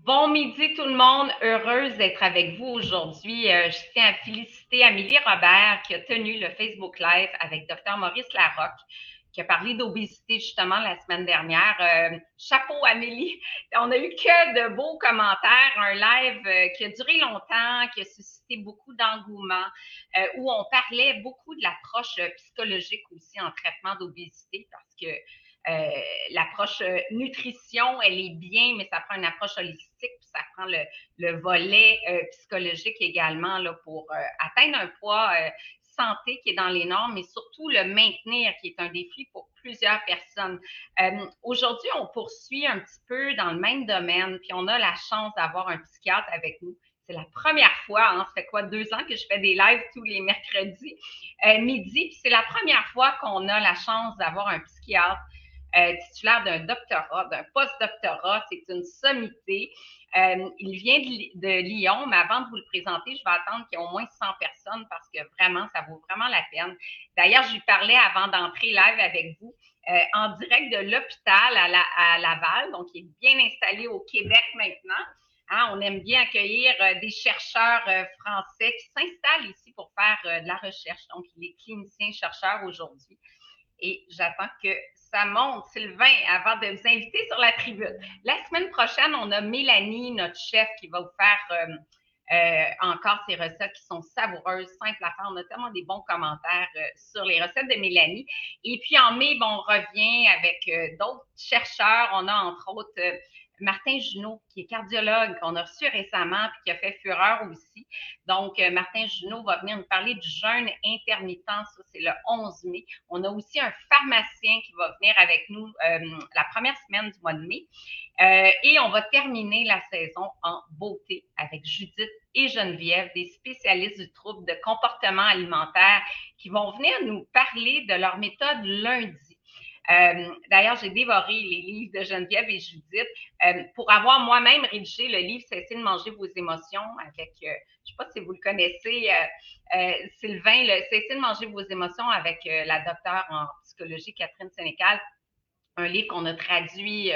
Bon midi tout le monde, heureuse d'être avec vous aujourd'hui. Je tiens à féliciter Amélie Robert qui a tenu le Facebook Live avec Dr Maurice Larocque, qui a parlé d'obésité justement la semaine dernière. Chapeau Amélie, on a eu que de beaux commentaires, un live qui a duré longtemps, qui a suscité beaucoup d'engouement, où on parlait beaucoup de l'approche psychologique aussi en traitement d'obésité parce que l'approche nutrition, elle est bien, mais ça prend une approche holistique, puis ça prend le volet psychologique également là, pour atteindre un poids santé qui est dans les normes, mais surtout le maintenir, qui est un défi pour plusieurs personnes. Aujourd'hui, on poursuit un petit peu dans le même domaine, puis on a la chance d'avoir un psychiatre avec nous. C'est la première fois, hein, ça fait quoi, 2 ans que je fais des lives tous les mercredis midi, puis c'est la première fois qu'on a la chance d'avoir un psychiatre titulaire d'un doctorat, d'un post-doctorat. C'est une sommité. Il vient de Lyon, mais avant de vous le présenter, je vais attendre qu'il y ait au moins 100 personnes parce que vraiment, ça vaut vraiment la peine. D'ailleurs, je lui parlais avant d'entrer live avec vous en direct de l'hôpital à Laval, donc il est bien installé au Québec maintenant. Hein, on aime bien accueillir des chercheurs français qui s'installent ici pour faire de la recherche. Donc, il est clinicien-chercheur aujourd'hui. Et j'attends que ça monte, Sylvain, avant de vous inviter sur la tribune. La semaine prochaine, on a Mélanie, notre chef, qui va vous faire encore ces recettes qui sont savoureuses, simples à faire. On a tellement des bons commentaires sur les recettes de Mélanie. Et puis en mai, bon, on revient avec d'autres chercheurs. On a entre autres Martin Junot, qui est cardiologue, qu'on a reçu récemment puis qui a fait fureur aussi. Donc, Martin Junot va venir nous parler du jeûne intermittent. Ça, c'est le 11 mai. On a aussi un pharmacien qui va venir avec nous la première semaine du mois de mai. Et on va terminer la saison en beauté avec Judith et Geneviève, des spécialistes du trouble de comportement alimentaire qui vont venir nous parler de leur méthode lundi. D'ailleurs, j'ai dévoré les livres de Geneviève et Judith pour avoir moi-même rédigé le livre Cessez de manger vos émotions avec, je ne sais pas si vous le connaissez, Sylvain, Cessez de manger vos émotions avec la docteure en psychologie Catherine Sénécal. Un livre qu'on a traduit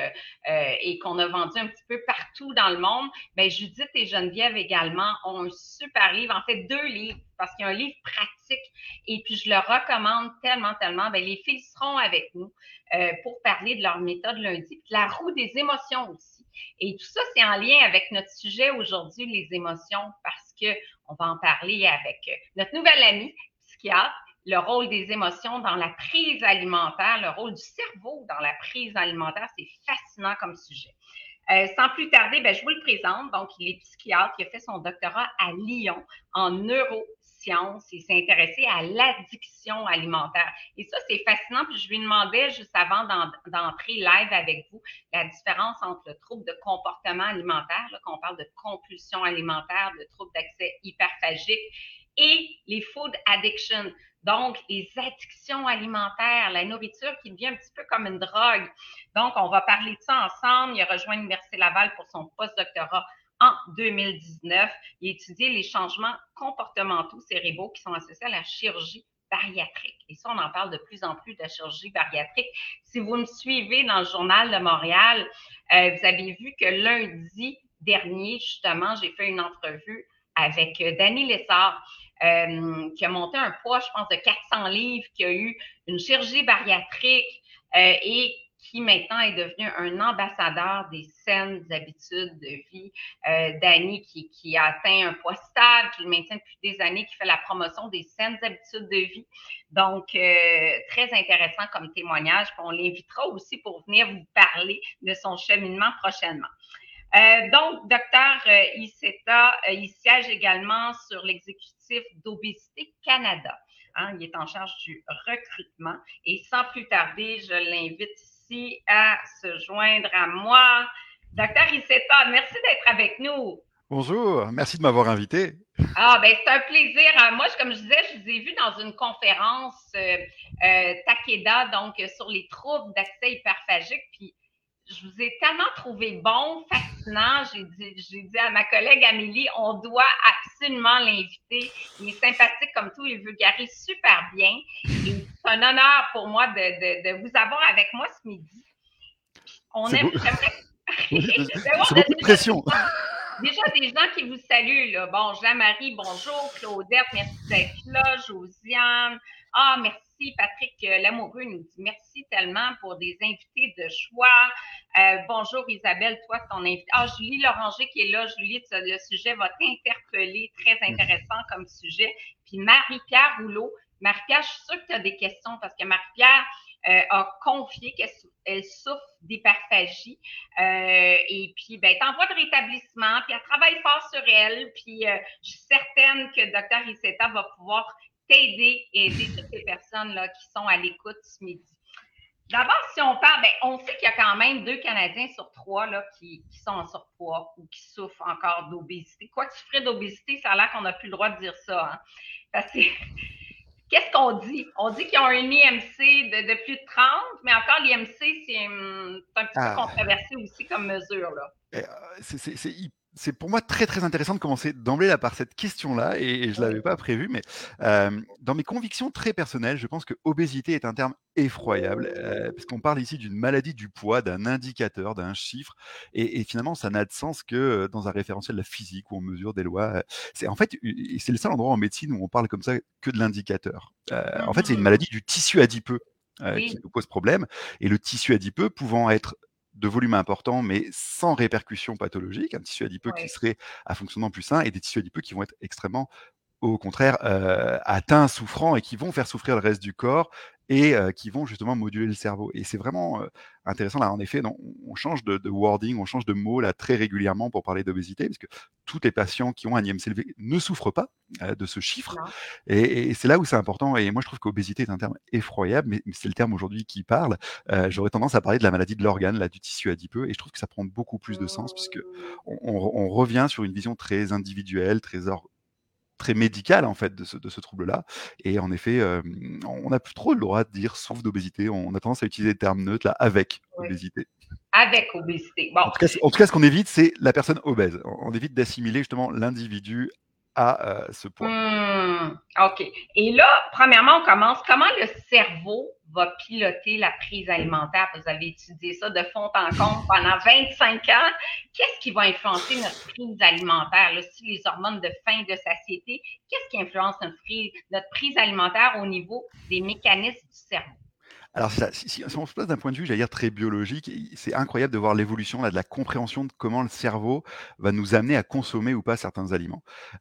et qu'on a vendu un petit peu partout dans le monde. Bien, Judith et Geneviève également ont un super livre, en fait 2 livres, parce qu'il y a un livre pratique et puis je le recommande tellement, tellement. Bien, les filles seront avec nous pour parler de leur méthode lundi, puis de la roue des émotions aussi. Et tout ça, c'est en lien avec notre sujet aujourd'hui, les émotions, parce qu'on va en parler avec notre nouvelle amie psychiatre, le rôle des émotions dans la prise alimentaire, le rôle du cerveau dans la prise alimentaire. C'est fascinant comme sujet. Sans plus tarder, je vous le présente. Donc, il est psychiatre, il a fait son doctorat à Lyon en neurosciences. Il s'est intéressé à l'addiction alimentaire. Et ça, c'est fascinant. Puis je lui demandais juste avant d'entrer live avec vous la différence entre le trouble de comportement alimentaire, là, quand on parle de compulsion alimentaire, de trouble d'accès hyperphagique, et les food addictions. Donc, les addictions alimentaires, la nourriture qui devient un petit peu comme une drogue. Donc, on va parler de ça ensemble. Il a rejoint l'Université Laval pour son post-doctorat en 2019. Il a étudié les changements comportementaux cérébraux qui sont associés à la chirurgie bariatrique. Et ça, on en parle de plus en plus de la chirurgie bariatrique. Si vous me suivez dans le Journal de Montréal, vous avez vu que lundi dernier, justement, j'ai fait une entrevue avec Dany Lessard, qui a monté un poids, je pense, de 400 livres, qui a eu une chirurgie bariatrique et qui maintenant est devenu un ambassadeur des saines habitudes de vie. Dany qui a atteint un poids stable, qui le maintient depuis des années, qui fait la promotion des saines habitudes de vie. Donc, très intéressant comme témoignage. Puis on l'invitera aussi pour venir vous parler de son cheminement prochainement. Donc, docteur Iceta, il siège également sur l'exécutif d'Obésité Canada. Hein, il est en charge du recrutement. Et sans plus tarder, je l'invite ici à se joindre à moi. Docteur Iceta, merci d'être avec nous. Bonjour, merci de m'avoir invité. Ah, ben c'est un plaisir. Moi, comme je disais, je vous ai vu dans une conférence Takeda, donc sur les troubles d'accès hyperphagique, puis je vous ai tellement trouvé bon, fascinant. J'ai dit à ma collègue Amélie, on doit absolument l'inviter. Il est sympathique comme tout, il vulgarise super bien. Et c'est un honneur pour moi de vous avoir avec moi ce midi. C'est beau. Oui, Ben ouais, c'est on a beaucoup de pression. déjà des gens qui vous saluent, là. Bon, Jean-Marie, bonjour. Claudette, merci d'être là. Josiane. Ah, merci. Patrick Lamoureux nous dit merci tellement pour des invités de choix. Bonjour Isabelle, toi, ton invité. Ah, Julie Loranger qui est là. Julie, le sujet va t'interpeller. Très intéressant comme sujet. Puis Marie-Pierre Rouleau. Marie-Pierre, je suis sûre que tu as des questions parce que Marie-Pierre a confié qu'elle souffre d'hyperphagie. Et puis, ben, t'es en voie de rétablissement, puis elle travaille fort sur elle, puis je suis certaine que Dr. Iseta va pouvoir t'aider et aider toutes les personnes là, qui sont à l'écoute ce midi. D'abord, si on parle, ben, on sait qu'il y a quand même 2 Canadiens sur 3 là, qui sont en surpoids ou qui souffrent encore d'obésité. Quoi que tu ferais d'obésité, ça a l'air qu'on n'a plus le droit de dire ça. Hein? Parce que qu'est-ce qu'on dit? On dit qu'ils ont un IMC de plus de 30, mais encore l'IMC, c'est un petit peu Ah, controversé aussi comme mesure. Là. c'est pour moi très très intéressant de commencer d'emblée là par cette question-là, et je ne Oui. l'avais pas prévu, mais dans mes convictions très personnelles, je pense que obésité est un terme effroyable, parce qu'on parle ici d'une maladie du poids, d'un indicateur, d'un chiffre, et finalement ça n'a de sens que dans un référentiel de la physique où on mesure des lois. C'est en fait, c'est le seul endroit en médecine où on parle comme ça que de l'indicateur. En fait, c'est une Mm-hmm. maladie du tissu adipeux qui Oui, nous pose problème, et le tissu adipeux pouvant être de volume important, mais sans répercussion pathologique, un tissu adipeux qui oui. serait à fonctionnement plus sain, et des tissus adipeux qui vont être extrêmement, au contraire, atteints, souffrants, et qui vont faire souffrir le reste du corps, et qui vont justement moduler le cerveau. Et c'est vraiment intéressant là, en effet, on change de wording, on change de mots là très régulièrement pour parler d'obésité, parce que tous les patients qui ont un IMC élevé ne souffrent pas de ce chiffre, Non. et c'est là où c'est important. Et moi, je trouve qu'obésité est un terme effroyable, mais c'est le terme aujourd'hui qui parle. J'aurais tendance à parler de la maladie de l'organe, là, du tissu adipeux, et je trouve que ça prend beaucoup plus de sens, puisque Mm. on revient sur une vision très individuelle, très médicale en fait de ce trouble-là. Et en effet, on n'a plus trop le droit de dire souffre d'obésité. On a tendance à utiliser le terme neutre là, avec Oui. obésité. Avec obésité. Bon. En tout cas, ce qu'on évite, c'est la personne obèse. On évite d'assimiler justement l'individu à ce poids. OK. Et là, premièrement, on commence. Comment le cerveau va piloter la prise alimentaire? Vous avez étudié ça de fond en comble pendant 25 ans. Qu'est-ce qui va influencer notre prise alimentaire? Là, si les hormones de faim, de satiété, qu'est-ce qui influence notre prise alimentaire au niveau des mécanismes du cerveau? Alors c'est ça, si on se place d'un point de vue, j'allais dire très biologique, c'est incroyable de voir l'évolution là, de la compréhension de comment le cerveau va nous amener à consommer ou pas certains aliments.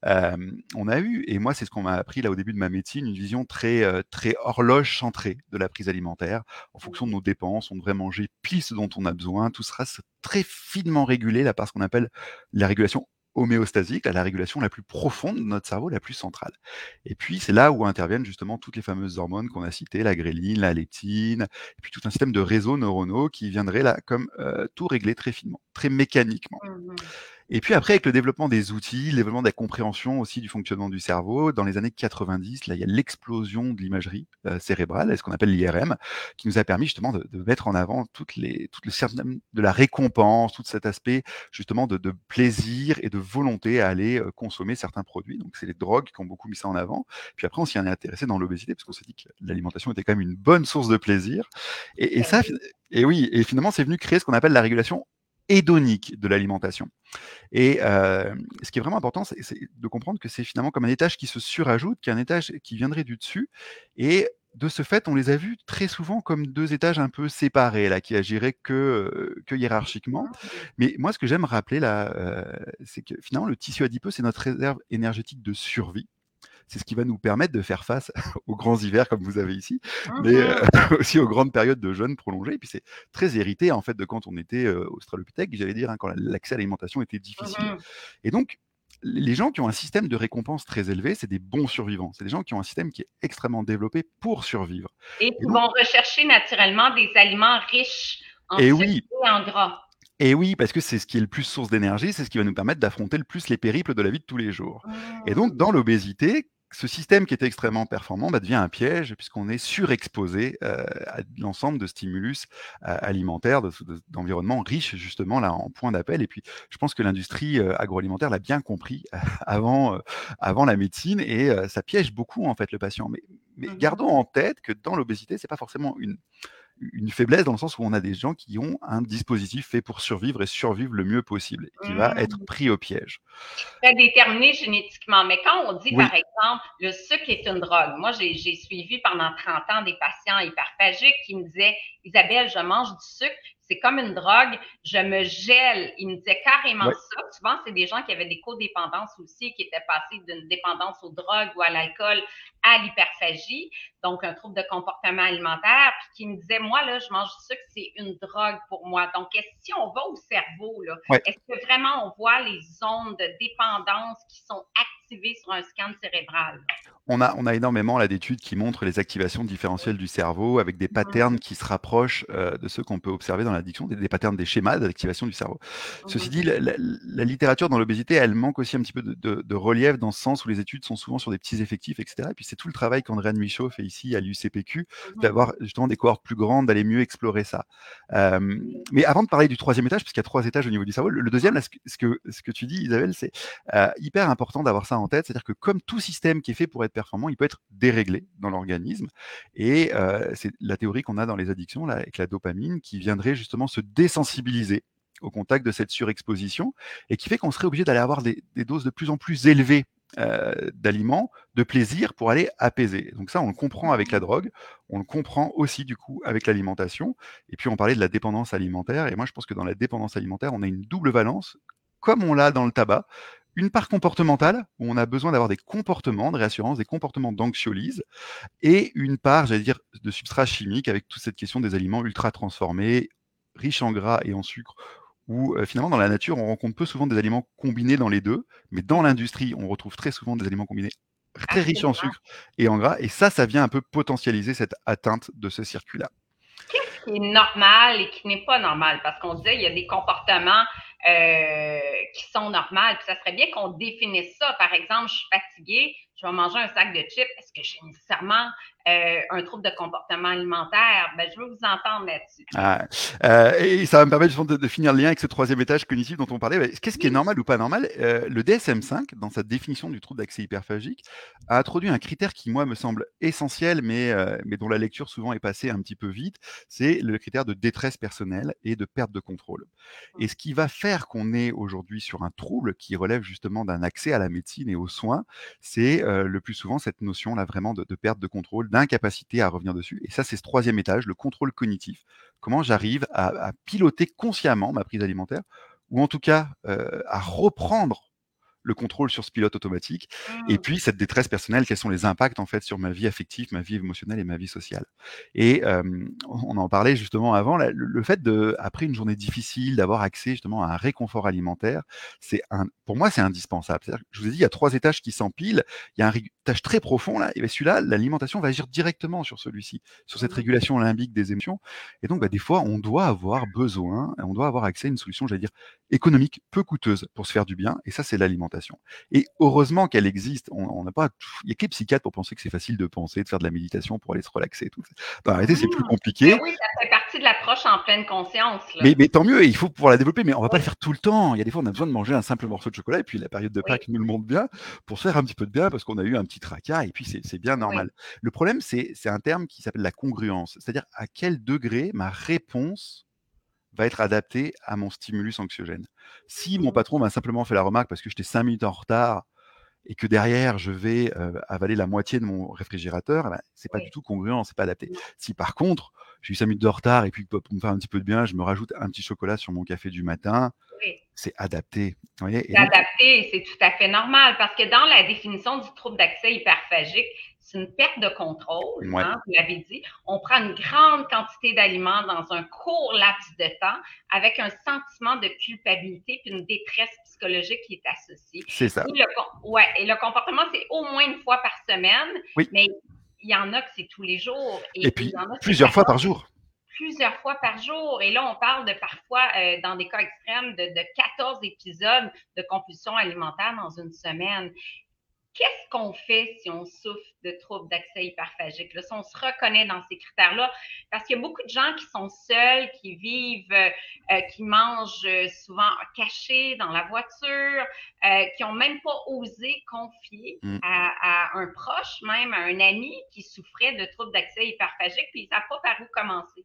On a eu, et moi c'est ce qu'on m'a appris là au début de ma médecine, une vision très horloge centrée de la prise alimentaire. En fonction de nos dépenses, on devrait manger pile ce dont on a besoin. Tout sera très finement régulé là par ce qu'on appelle la régulation homéostasique, la régulation la plus profonde de notre cerveau, la plus centrale. Et puis, c'est là où interviennent justement toutes les fameuses hormones qu'on a citées, la gréline, la leptine, et puis tout un système de réseaux neuronaux qui viendraient là comme tout régler très finement, très mécaniquement. Mhm. Et puis après, avec le développement des outils, le développement de la compréhension aussi du fonctionnement du cerveau, dans les années 90, là, il y a l'explosion de l'imagerie cérébrale, ce qu'on appelle l'IRM, qui nous a permis justement de mettre en avant tout le système de la récompense, tout cet aspect justement de plaisir et de volonté à aller consommer certains produits. Donc c'est les drogues qui ont beaucoup mis ça en avant. Puis après, on s'y en est intéressé dans l'obésité, parce qu'on s'est dit que l'alimentation était quand même une bonne source de plaisir. Et Ben ça, oui. et oui, et finalement, c'est venu créer ce qu'on appelle la régulation hédonique de l'alimentation. Et ce qui est vraiment important, c'est de comprendre que c'est finalement comme un étage qui se surajoute, qui est un étage qui viendrait du dessus. Et de ce fait, on les a vus très souvent comme deux étages un peu séparés, là, qui agiraient que hiérarchiquement. Mais moi, ce que j'aime rappeler, là, c'est que finalement, le tissu adipeux, c'est notre réserve énergétique de survie. C'est ce qui va nous permettre de faire face aux grands hivers comme vous avez ici, mais Mhm. aussi aux grandes périodes de jeûne prolongé. Et puis c'est très hérité en fait de quand on était australopithèque, j'allais dire, hein, quand l'accès à l'alimentation était difficile. Mhm. Et donc, les gens qui ont un système de récompense très élevé, c'est des bons survivants. C'est des gens qui ont un système qui est extrêmement développé pour survivre. Et Et qui donc, vont rechercher naturellement des aliments riches en et sucre oui, et en gras. Et oui, parce que c'est ce qui est le plus source d'énergie, c'est ce qui va nous permettre d'affronter le plus les périples de la vie de tous les jours. Et donc, dans l'obésité, ce système qui était extrêmement performant devient un piège, puisqu'on est surexposé à l'ensemble de stimulus alimentaires, d'environnements riches justement là en points d'appel. Et puis, je pense que l'industrie agroalimentaire l'a bien compris avant la médecine, et ça piège beaucoup en fait le patient. Mais Mhm. gardons en tête que dans l'obésité, c'est pas forcément une faiblesse dans le sens où on a des gens qui ont un dispositif fait pour survivre et survivre le mieux possible, qui va être Mmh. pris au piège. Très déterminé génétiquement. Mais quand on dit, Oui, par exemple, le sucre est une drogue, moi, j'ai suivi pendant 30 ans des patients hyperphagiques qui me disaient, Isabelle, je mange du sucre, c'est comme une drogue, je me gèle. Ils me disaient carrément ouais. ça. Souvent, c'est des gens qui avaient des codépendances aussi, qui étaient passés d'une dépendance aux drogues ou à l'alcool à l'hyperphagie, donc un trouble de comportement alimentaire, puis qui me disaient, moi, là, je mange du sucre, c'est une drogue pour moi. Donc, si on va au cerveau, là, Ouais. est-ce que vraiment on voit les zones de dépendance qui sont activées sur un scan cérébral? On a énormément là d'études qui montrent les activations différentielles du cerveau avec des patterns Mhm, qui se rapprochent, de ceux qu'on peut observer dans l'addiction, des patterns, des schémas d'activation du cerveau. Ceci mhm, dit, la littérature dans l'obésité, elle manque aussi un petit peu de relief dans ce sens où les études sont souvent sur des petits effectifs et cetera et puis c'est tout le travail qu'Andréane Michaud fait ici à l'UCPQ, mhm. d'avoir justement des cohortes plus grandes, d'aller mieux explorer ça. Mais avant de parler du 3e étage, puisqu'il y a 3 étages au niveau du cerveau, le 2e là, ce que tu dis Isabelle, c'est, hyper important d'avoir ça en tête. C'est-à-dire que comme tout système qui est fait pour être performant, il peut être déréglé dans l'organisme. Et c'est la théorie qu'on a dans les addictions, là, avec la dopamine, qui viendrait justement se désensibiliser au contact de cette surexposition et qui fait qu'on serait obligé d'aller avoir des doses de plus en plus élevées d'aliments, de plaisir pour aller apaiser. Donc ça, on le comprend avec la drogue, on le comprend aussi du coup avec l'alimentation. Et puis on parlait de la dépendance alimentaire. Et moi, je pense que dans la dépendance alimentaire, on a une double valence, comme on l'a dans le tabac, une part comportementale, où on a besoin d'avoir des comportements de réassurance, des comportements d'anxiolyse, et une part, j'allais dire, de substrat chimique, avec toute cette question des aliments ultra transformés, riches en gras et en sucre, où finalement dans la nature, on rencontre peu souvent des aliments combinés dans les deux, mais dans Mhm. l'industrie, on retrouve très souvent des aliments combinés très riches en Absolument. sucre et en gras, et ça vient un peu potentialiser cette atteinte de ce circuit-là. Qu'est-ce qui est normal et qui n'est pas normal? Parce qu'on disait, il y a des comportements qui sont normaux. Puis ça serait bien qu'on définisse ça. Par exemple, je suis fatiguée, je vais manger un sac de chips. Est-ce que j'ai nécessairement un trouble de comportement alimentaire? Ben, je veux vous entendre là-dessus. Ah, et ça va me permettre justement de finir le lien avec ce 3e étage cognitif dont on parlait. Ouais, qu'est-ce qui est Oui. normal ou pas normal? Le DSM-5, dans sa définition du trouble d'accès hyperphagique, a introduit un critère qui, moi, me semble essentiel, mais dont la lecture souvent est passée un petit peu vite. C'est le critère de détresse personnelle et de perte de contrôle. Et ce qui va faire qu'on est aujourd'hui sur un trouble qui relève justement d'un accès à la médecine et aux soins, c'est le plus souvent cette notion-là vraiment de perte de contrôle, d'incapacité à revenir dessus. Et ça, c'est ce 3e étage, le contrôle cognitif. Comment j'arrive à piloter consciemment ma prise alimentaire, ou en tout cas à reprendre le contrôle sur ce pilote automatique. Et Hum, puis cette détresse personnelle, quels sont les impacts en fait sur ma vie affective, ma vie émotionnelle et ma vie sociale. Et on en parlait justement avant, le fait de, après une journée difficile, d'avoir accès justement à un réconfort alimentaire, pour moi c'est indispensable. C'est-à-dire que je vous ai dit, il y a 3 étages qui s'empilent, il y a un étage très profond là, et bien celui-là, l'alimentation va agir directement sur celui-ci, sur cette hum, régulation limbique des émotions. Et donc, bah, des fois, on doit avoir besoin, on doit avoir accès à une solution, j'allais dire, économique, peu coûteuse pour se faire du bien. Et ça, c'est l'alimentation. Et heureusement qu'elle existe. On n'a pas, il y a que les psychiatres pour penser que c'est facile de penser, de faire de la méditation pour aller se relaxer. Tout. En réalité, c'est plus hum. Ben compliqué. oui, ça fait partie de l'approche en pleine conscience, là. Mais tant mieux, et il faut pouvoir la développer, mais on va pas Oui, le faire tout le temps. Il y a des fois, on a besoin de manger un simple morceau de chocolat, et puis la période de oui, Pâques nous le montre bien, pour se faire un petit peu de bien, parce qu'on a eu un petit tracas, et puis c'est bien oui. normal. Le problème, c'est un terme qui s'appelle la congruence, c'est-à-dire à quel degré ma réponse va être adaptée à mon stimulus anxiogène. Si mon Hum, patron m'a simplement fait la remarque parce que j'étais 5 minutes en retard et que derrière je vais avaler la moitié de mon réfrigérateur, bah, c'est pas du oui, tout congruent, c'est pas adapté. non, Si par contre j'ai eu 5 minutes de retard et puis pour me faire un petit peu de bien, je me rajoute un petit chocolat sur mon café du matin, oui. c'est adapté. Vous voyez. Et C'est donc, adapté et c'est tout à fait normal parce que dans la définition du trouble d'accès hyperphagique, c'est une perte de contrôle, ouais, hein, vous l'avez dit. On prend une grande quantité d'aliments dans un court laps de temps avec un sentiment de culpabilité puis une détresse psychologique qui est associée. c'est ça. Ouais, et le comportement, c'est au moins une fois par semaine, Oui. mais il y en a que c'est tous les jours Et et il puis y en a que c'est plusieurs fois par jour. plusieurs fois par jour. Et là, on parle de parfois, dans des cas extrêmes, de 14 épisodes de compulsion alimentaire dans une semaine. Qu'est-ce qu'on fait si on souffre de troubles d'accès hyperphagique? Là, si on se reconnaît dans ces critères-là, parce qu'il y a beaucoup de gens qui sont seuls, qui vivent, qui mangent souvent cachés dans la voiture, qui n'ont même pas osé confier Mm. à un proche, même à un ami qui souffrait de troubles d'accès hyperphagique, puis ils ne savent pas par où commencer.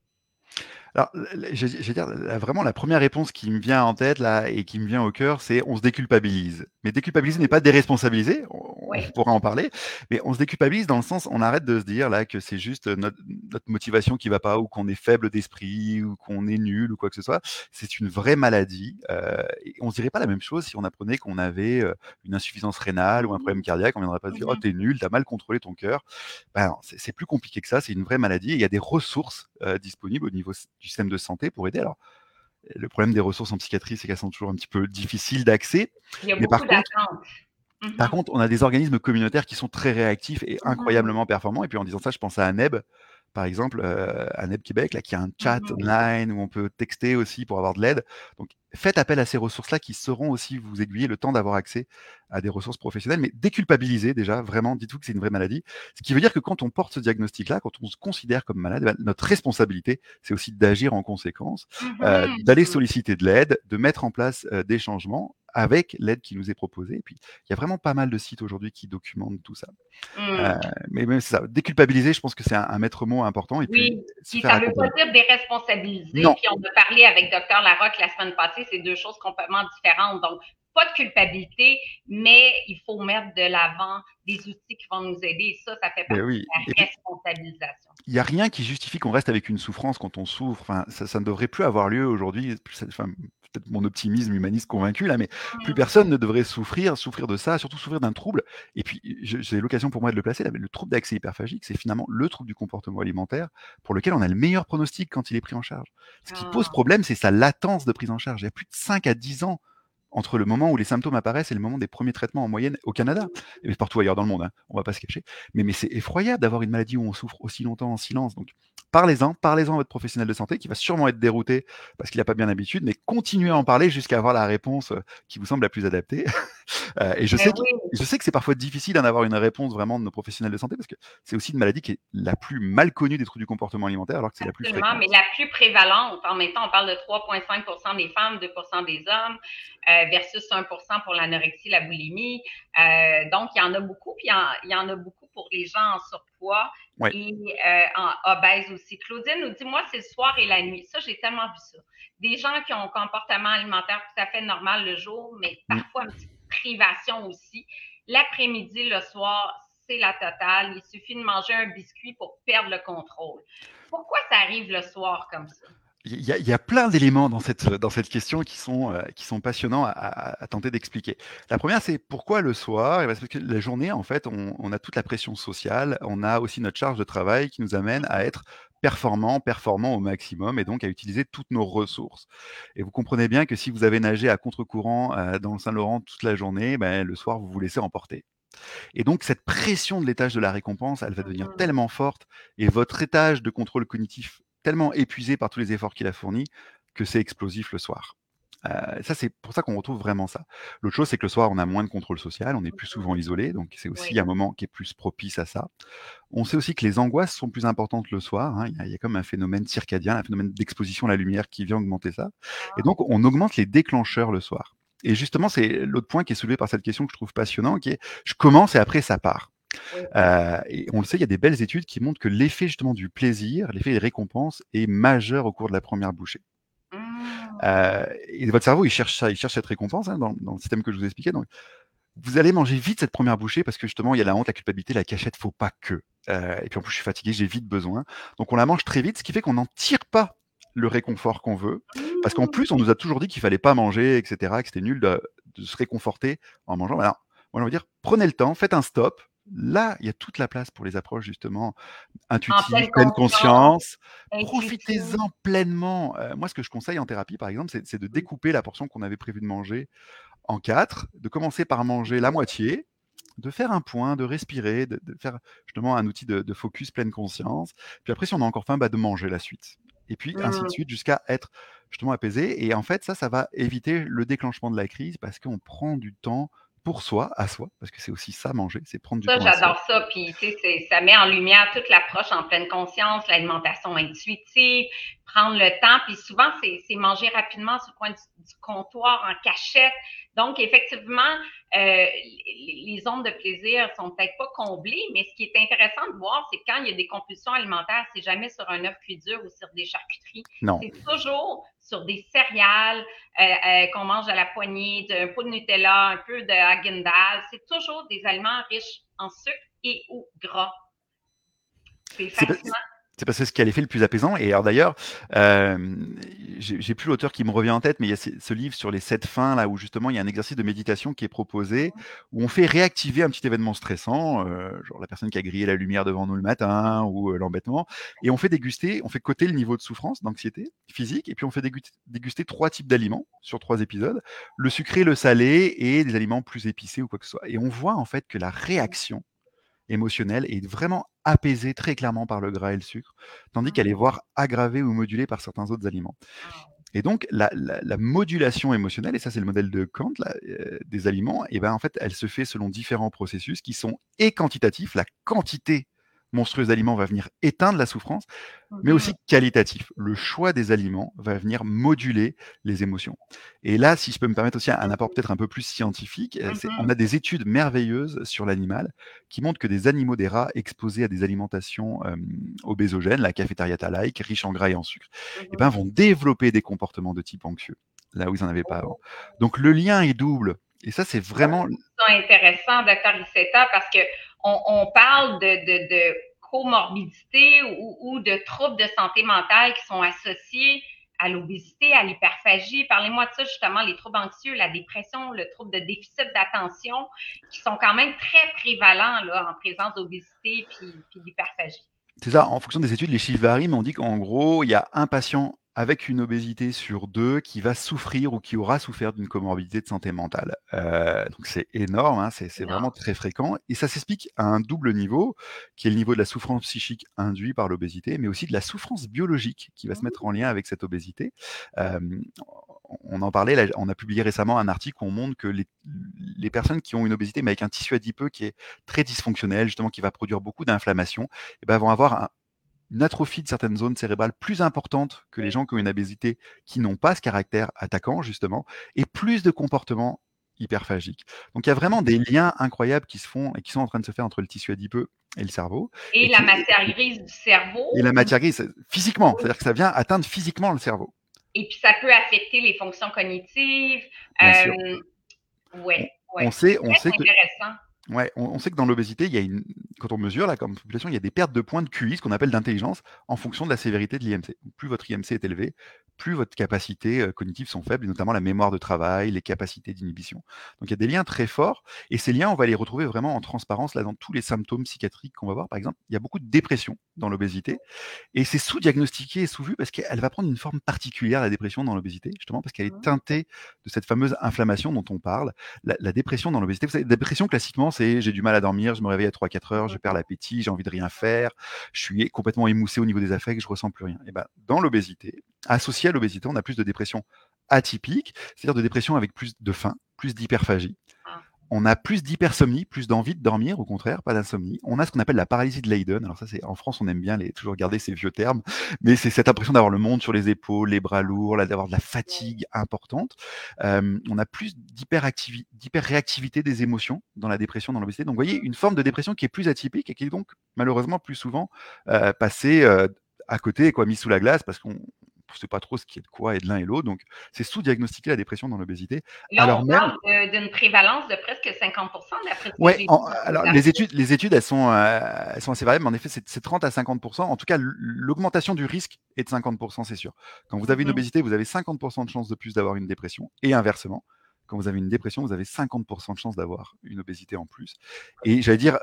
Alors, je vais dire, vraiment la première réponse qui me vient en tête là et qui me vient au cœur, c'est on se déculpabilise. Mais déculpabiliser n'est pas déresponsabiliser, on Oui. pourra en parler, mais on se déculpabilise dans le sens, on arrête de se dire là que c'est juste notre motivation qui va pas ou qu'on est faible d'esprit ou qu'on est nul ou quoi que ce soit. C'est une vraie maladie, et on se dirait pas la même chose si on apprenait qu'on avait, une insuffisance rénale ou un problème Mhm. cardiaque. On viendrait pas se dire: «Oh, Mhm. tu es nul, tu as mal contrôlé ton cœur». Ben non, c'est plus compliqué que ça, c'est une vraie maladie et il y a des ressources, disponibles au niveau du système de santé pour aider. Alors, le problème des ressources en psychiatrie, c'est qu'elles sont toujours un petit peu difficiles d'accès, Il y a mais beaucoup d'attentes. par Mhm. contre, on a des organismes communautaires qui sont très réactifs et Mhm. incroyablement performants. Et puis en disant ça, je pense à ANEB, par exemple, ANEB Québec, là, qui a un chat Mhm. online où on peut texter aussi pour avoir de l'aide. Donc faites appel à ces ressources-là qui sauront aussi vous aiguiller le temps d'avoir accès à des ressources professionnelles, mais déculpabilisez déjà, vraiment, dites-vous que c'est une vraie maladie. Ce qui veut dire que quand on porte ce diagnostic-là, quand on se considère comme malade, ben, notre responsabilité, c'est aussi d'agir en conséquence, d'aller Mhm. solliciter de l'aide, de mettre en place des changements avec l'aide qui nous est proposée. Et puis, il y a vraiment pas mal de sites aujourd'hui qui documentent tout ça. Heu, Mhm. mais c'est ça, déculpabiliser, je pense que c'est un maître mot important et puis Oui, se puis faire ça ne veut pas accompagner. dire déresponsabiliser, Non, puis on a parlé avec Docteur Larocque la semaine passée, c'est deux choses complètement différentes. Donc, pas de culpabilité, mais il faut mettre de l'avant des outils qui vont nous aider. Et ça fait beh, partie oui de et la puis responsabilisation. il y a rien qui justifie qu'on reste avec une souffrance quand on souffre. Enfin, ça ne devrait plus avoir lieu aujourd'hui. Enfin, peut-être mon optimisme humaniste convaincu là, mais plus Mmh. personne ne devrait souffrir de ça, surtout souffrir d'un trouble. Et puis, j'ai l'occasion pour moi de le placer là, mais le trouble d'accès hyperphagique, c'est finalement le trouble du comportement alimentaire pour lequel on a le meilleur pronostic quand il est pris en charge. Ce qui pose Ah, problème, c'est sa latence de prise en charge. Il y a plus de 5 à 10 ans entre le moment où les symptômes apparaissent et le moment des premiers traitements en moyenne au Canada et partout ailleurs dans le monde, hein, on va pas se cacher. Mais c'est effroyable d'avoir une maladie où on souffre aussi longtemps en silence. Donc parlez-en à votre professionnel de santé qui va sûrement être dérouté parce qu'il n'a pas bien l'habitude, mais continuez à en parler jusqu'à avoir la réponse qui vous semble la plus adaptée. Et ben oui, je sais que c'est parfois difficile d'en avoir une réponse vraiment de nos professionnels de santé parce que c'est aussi une maladie qui est la plus mal connue des troubles du comportement alimentaire alors que c'est la plus absolument, fréquente. mais la plus prévalente, en même temps, on parle de 3,5 des femmes, 2 des hommes, versus 1 pour l'anorexie, la boulimie. Donc, il y en a beaucoup, puis il y en a beaucoup pour les gens en surpoids Ouais. et en obèses aussi. Claudine nous dit, moi, c'est le soir et la nuit. Ça, j'ai tellement vu ça. Des gens qui ont un comportement alimentaire tout à fait normal le jour, mais Mm. parfois une petite privation aussi. L'après-midi, le soir, c'est la totale. Il suffit de manger un biscuit pour perdre le contrôle. Pourquoi ça arrive le soir comme ça? Il y a plein d'éléments dans cette question qui sont passionnants à tenter d'expliquer. La première, c'est pourquoi le soir? Eh ben, c'est parce que la journée, en fait, on a toute la pression sociale, on a aussi notre charge de travail qui nous amène à être performants au maximum et donc à utiliser toutes nos ressources. Et vous comprenez bien que si vous avez nagé à contre-courant, dans le Saint-Laurent toute la journée, ben, le soir, vous vous laissez emporter. Et donc cette pression de l'étage de la récompense, elle va devenir Mhm. tellement forte et votre étage de contrôle cognitif tellement épuisé par tous les efforts qu'il a fournis que c'est explosif le soir. Ça, c'est pour ça qu'on retrouve vraiment ça. L'autre chose, c'est que le soir, on a moins de contrôle social, on est plus souvent isolé, donc c'est aussi Oui. un moment qui est plus propice à ça. On sait aussi que les angoisses sont plus importantes le soir, hein. Il y a comme un phénomène circadien, un phénomène d'exposition à la lumière qui vient augmenter ça. Et donc, on augmente les déclencheurs le soir. Et justement, c'est l'autre point qui est soulevé par cette question que je trouve passionnant, qui est je commence et après ça part. Oui. Et on le sait, il y a des belles études qui montrent que l'effet justement du plaisir, l'effet des récompenses est majeur au cours de la première bouchée. Mmh. Et votre cerveau, il cherche ça, il cherche cette récompense hein, dans le système que je vous expliquais. Donc, vous allez manger vite cette première bouchée parce que justement, il y a la honte, la culpabilité, la cachette, faut pas que. Et puis en plus, je suis fatigué, j'ai vite besoin. Donc on la mange très vite, ce qui fait qu'on n'en tire pas le réconfort qu'on veut. Parce qu'en plus, on Mmh. nous a toujours dit qu'il fallait pas manger, etc., que c'était nul de se réconforter en mangeant. Alors, moi, je veux dire, prenez le temps, faites un stop. Là, il y a toute la place pour les approches justement En intuitives, pleine pleine conscience, conscience. intuitive. Profitez-en pleinement. Moi, ce que je conseille en thérapie, par exemple, c'est de découper la portion qu'on avait prévu de manger en 4, de commencer par manger la moitié, de faire un point, de respirer, de faire justement un outil de focus pleine conscience. Puis après, si on a encore faim, bah, de manger la suite. Et puis ainsi de Mmh. suite jusqu'à être justement apaisé. Et en fait, ça va éviter le déclenchement de la crise parce qu'on prend du temps pour soi, à soi, parce que c'est aussi ça manger, c'est prendre du Ça, temps à soi. j'adore ça. Puis, tu sais, ça met en lumière toute l'approche en pleine conscience, l'alimentation intuitive, prendre le temps. Puis souvent, c'est manger rapidement sur le coin du comptoir en cachette. Donc, effectivement, les zones de plaisir sont peut-être pas comblées, mais ce qui est intéressant de voir, c'est que quand il y a des compulsions alimentaires, c'est jamais sur un œuf cuit dur ou sur des charcuteries. Non, C'est toujours sur des céréales qu'on mange à la poignée, un pot de Nutella, un peu de Häagen-Dazs. C'est toujours des aliments riches en sucre et ou gras. C'est c'est fascinant. c'est parce que c'est ce qui a l'effet le plus apaisant. Et alors d'ailleurs, euh, j'ai plus l'auteur qui me revient en tête, mais il y a ce livre sur les 7 faims, là où justement il y a un exercice de méditation qui est proposé, où on fait réactiver un petit événement stressant, genre la personne qui a grillé la lumière devant nous le matin, ou l'embêtement, et on fait déguster, on fait coter le niveau de souffrance, d'anxiété physique, et puis on fait déguster 3 types d'aliments sur 3 épisodes, le sucré, le salé, et des aliments plus épicés ou quoi que ce soit. Et on voit en fait que la réaction émotionnelle est vraiment apaisée très clairement par le gras et le sucre, tandis qu'elle est voire aggravée ou modulée par certains autres aliments. Et donc, la modulation émotionnelle, et ça c'est le modèle de Kant là, des aliments, et ben en fait, elle se fait selon différents processus qui sont et quantitatifs, la quantité monstrueuse d'aliments va venir éteindre la souffrance, mais aussi qualitatif. Le choix des aliments va venir moduler les émotions. Et là, si je peux me permettre aussi un apport peut-être un peu plus scientifique, on a des études merveilleuses sur l'animal qui montrent que des animaux, des rats exposés à des alimentations obésogènes, la cafétéria-like, riche en gras et en sucre, eh ben, vont développer des comportements de type anxieux, là où ils n'en avaient pas avant. Donc le lien est double. Et ça, c'est vraiment... C'est intéressant, docteur Iceta, parce que on parle de comorbidité ou de troubles de santé mentale qui sont associés à l'obésité, à l'hyperphagie. Parlez-moi de ça, justement, les troubles anxieux, la dépression, le trouble de déficit d'attention, qui sont quand même très prévalents là, en présence d'obésité puis d'hyperphagie. C'est ça, en fonction des études, les chiffres varient, mais on dit qu'en gros, il y a un patient avec une obésité sur 2 qui va souffrir ou qui aura souffert d'une comorbidité de santé mentale. Donc c'est énorme, hein, c'est vraiment très fréquent. Et ça s'explique à un double niveau, qui est le niveau de la souffrance psychique induite par l'obésité, mais aussi de la souffrance biologique qui va se mettre en lien avec cette obésité. Euh, on en parlait, là, on a publié récemment un article où on montre que les personnes qui ont une obésité, mais avec un tissu adipeux qui est très dysfonctionnel, justement, qui va produire beaucoup d'inflammation, eh ben, vont avoir une atrophie de certaines zones cérébrales plus importante que les gens qui ont une obésité qui n'ont pas ce caractère attaquant, justement, et plus de comportements hyperphagiques. Donc il y a vraiment des liens incroyables qui se font et qui sont en train de se faire entre le tissu adipeux et le cerveau. Et la matière grise du cerveau. Et la matière grise, physiquement, c'est-à-dire que ça vient atteindre physiquement le cerveau. Et puis ça peut affecter les fonctions cognitives. Bien sûr. Ouais. On sait que Intéressant. Ouais, on sait que dans l'obésité, quand on mesure là, comme population, il y a des pertes de points de QI, ce qu'on appelle d'intelligence, en fonction de la sévérité de l'IMC. Plus votre IMC est élevé, plus votre capacité cognitive sont faibles, et notamment la mémoire de travail, les capacités d'inhibition. Donc il y a des liens très forts, et ces liens, on va les retrouver vraiment en transparence là dans tous les symptômes psychiatriques qu'on va voir. Par exemple, il y a beaucoup de dépression dans l'obésité, et c'est sous-diagnostiqué et sous-vu parce qu'elle va prendre une forme particulière, la dépression dans l'obésité, justement parce qu'elle est teintée de cette fameuse inflammation dont on parle. La dépression dans l'obésité, vous savez, la dépression classiquement, c'est j'ai du mal à dormir, je me réveille à 3-4 heures, je perds l'appétit, j'ai envie de rien faire, je suis complètement émoussé au niveau des affects, je ressens plus rien. Et ben, dans l'obésité, associé à l'obésité, on a plus de dépression atypique, c'est-à-dire de dépression avec plus de faim, plus d'hyperphagie. On a plus d'hypersomnie, plus d'envie de dormir, au contraire, pas d'insomnie. On a ce qu'on appelle la paralysie de Leiden. Alors ça, c'est en France, on aime bien toujours garder ces vieux termes, mais c'est cette impression d'avoir le monde sur les épaules, les bras lourds, d'avoir de la fatigue importante. On a plus d'hyperréactivité des émotions dans la dépression, dans l'obésité. Donc, vous voyez, une forme de dépression qui est plus atypique et qui est donc malheureusement plus souvent passée à côté, quoi, mise sous la glace, parce qu'on ne sait pas trop ce qui est de quoi et de l'un et l'autre. Donc, c'est sous-diagnostiquer la dépression dans l'obésité. Là, on parle d'une prévalence de presque 50 d'après ce que j'ai vu. Alors, les études, elles sont assez variables, mais en effet, c'est 30 à 50 %. En tout cas, l'augmentation du risque est de 50 %, c'est sûr. Quand vous avez une obésité, vous avez 50 % de chances de plus d'avoir une dépression, et inversement. Quand vous avez une dépression, vous avez 50 % de chances d'avoir une obésité en plus. Et j'allais dire,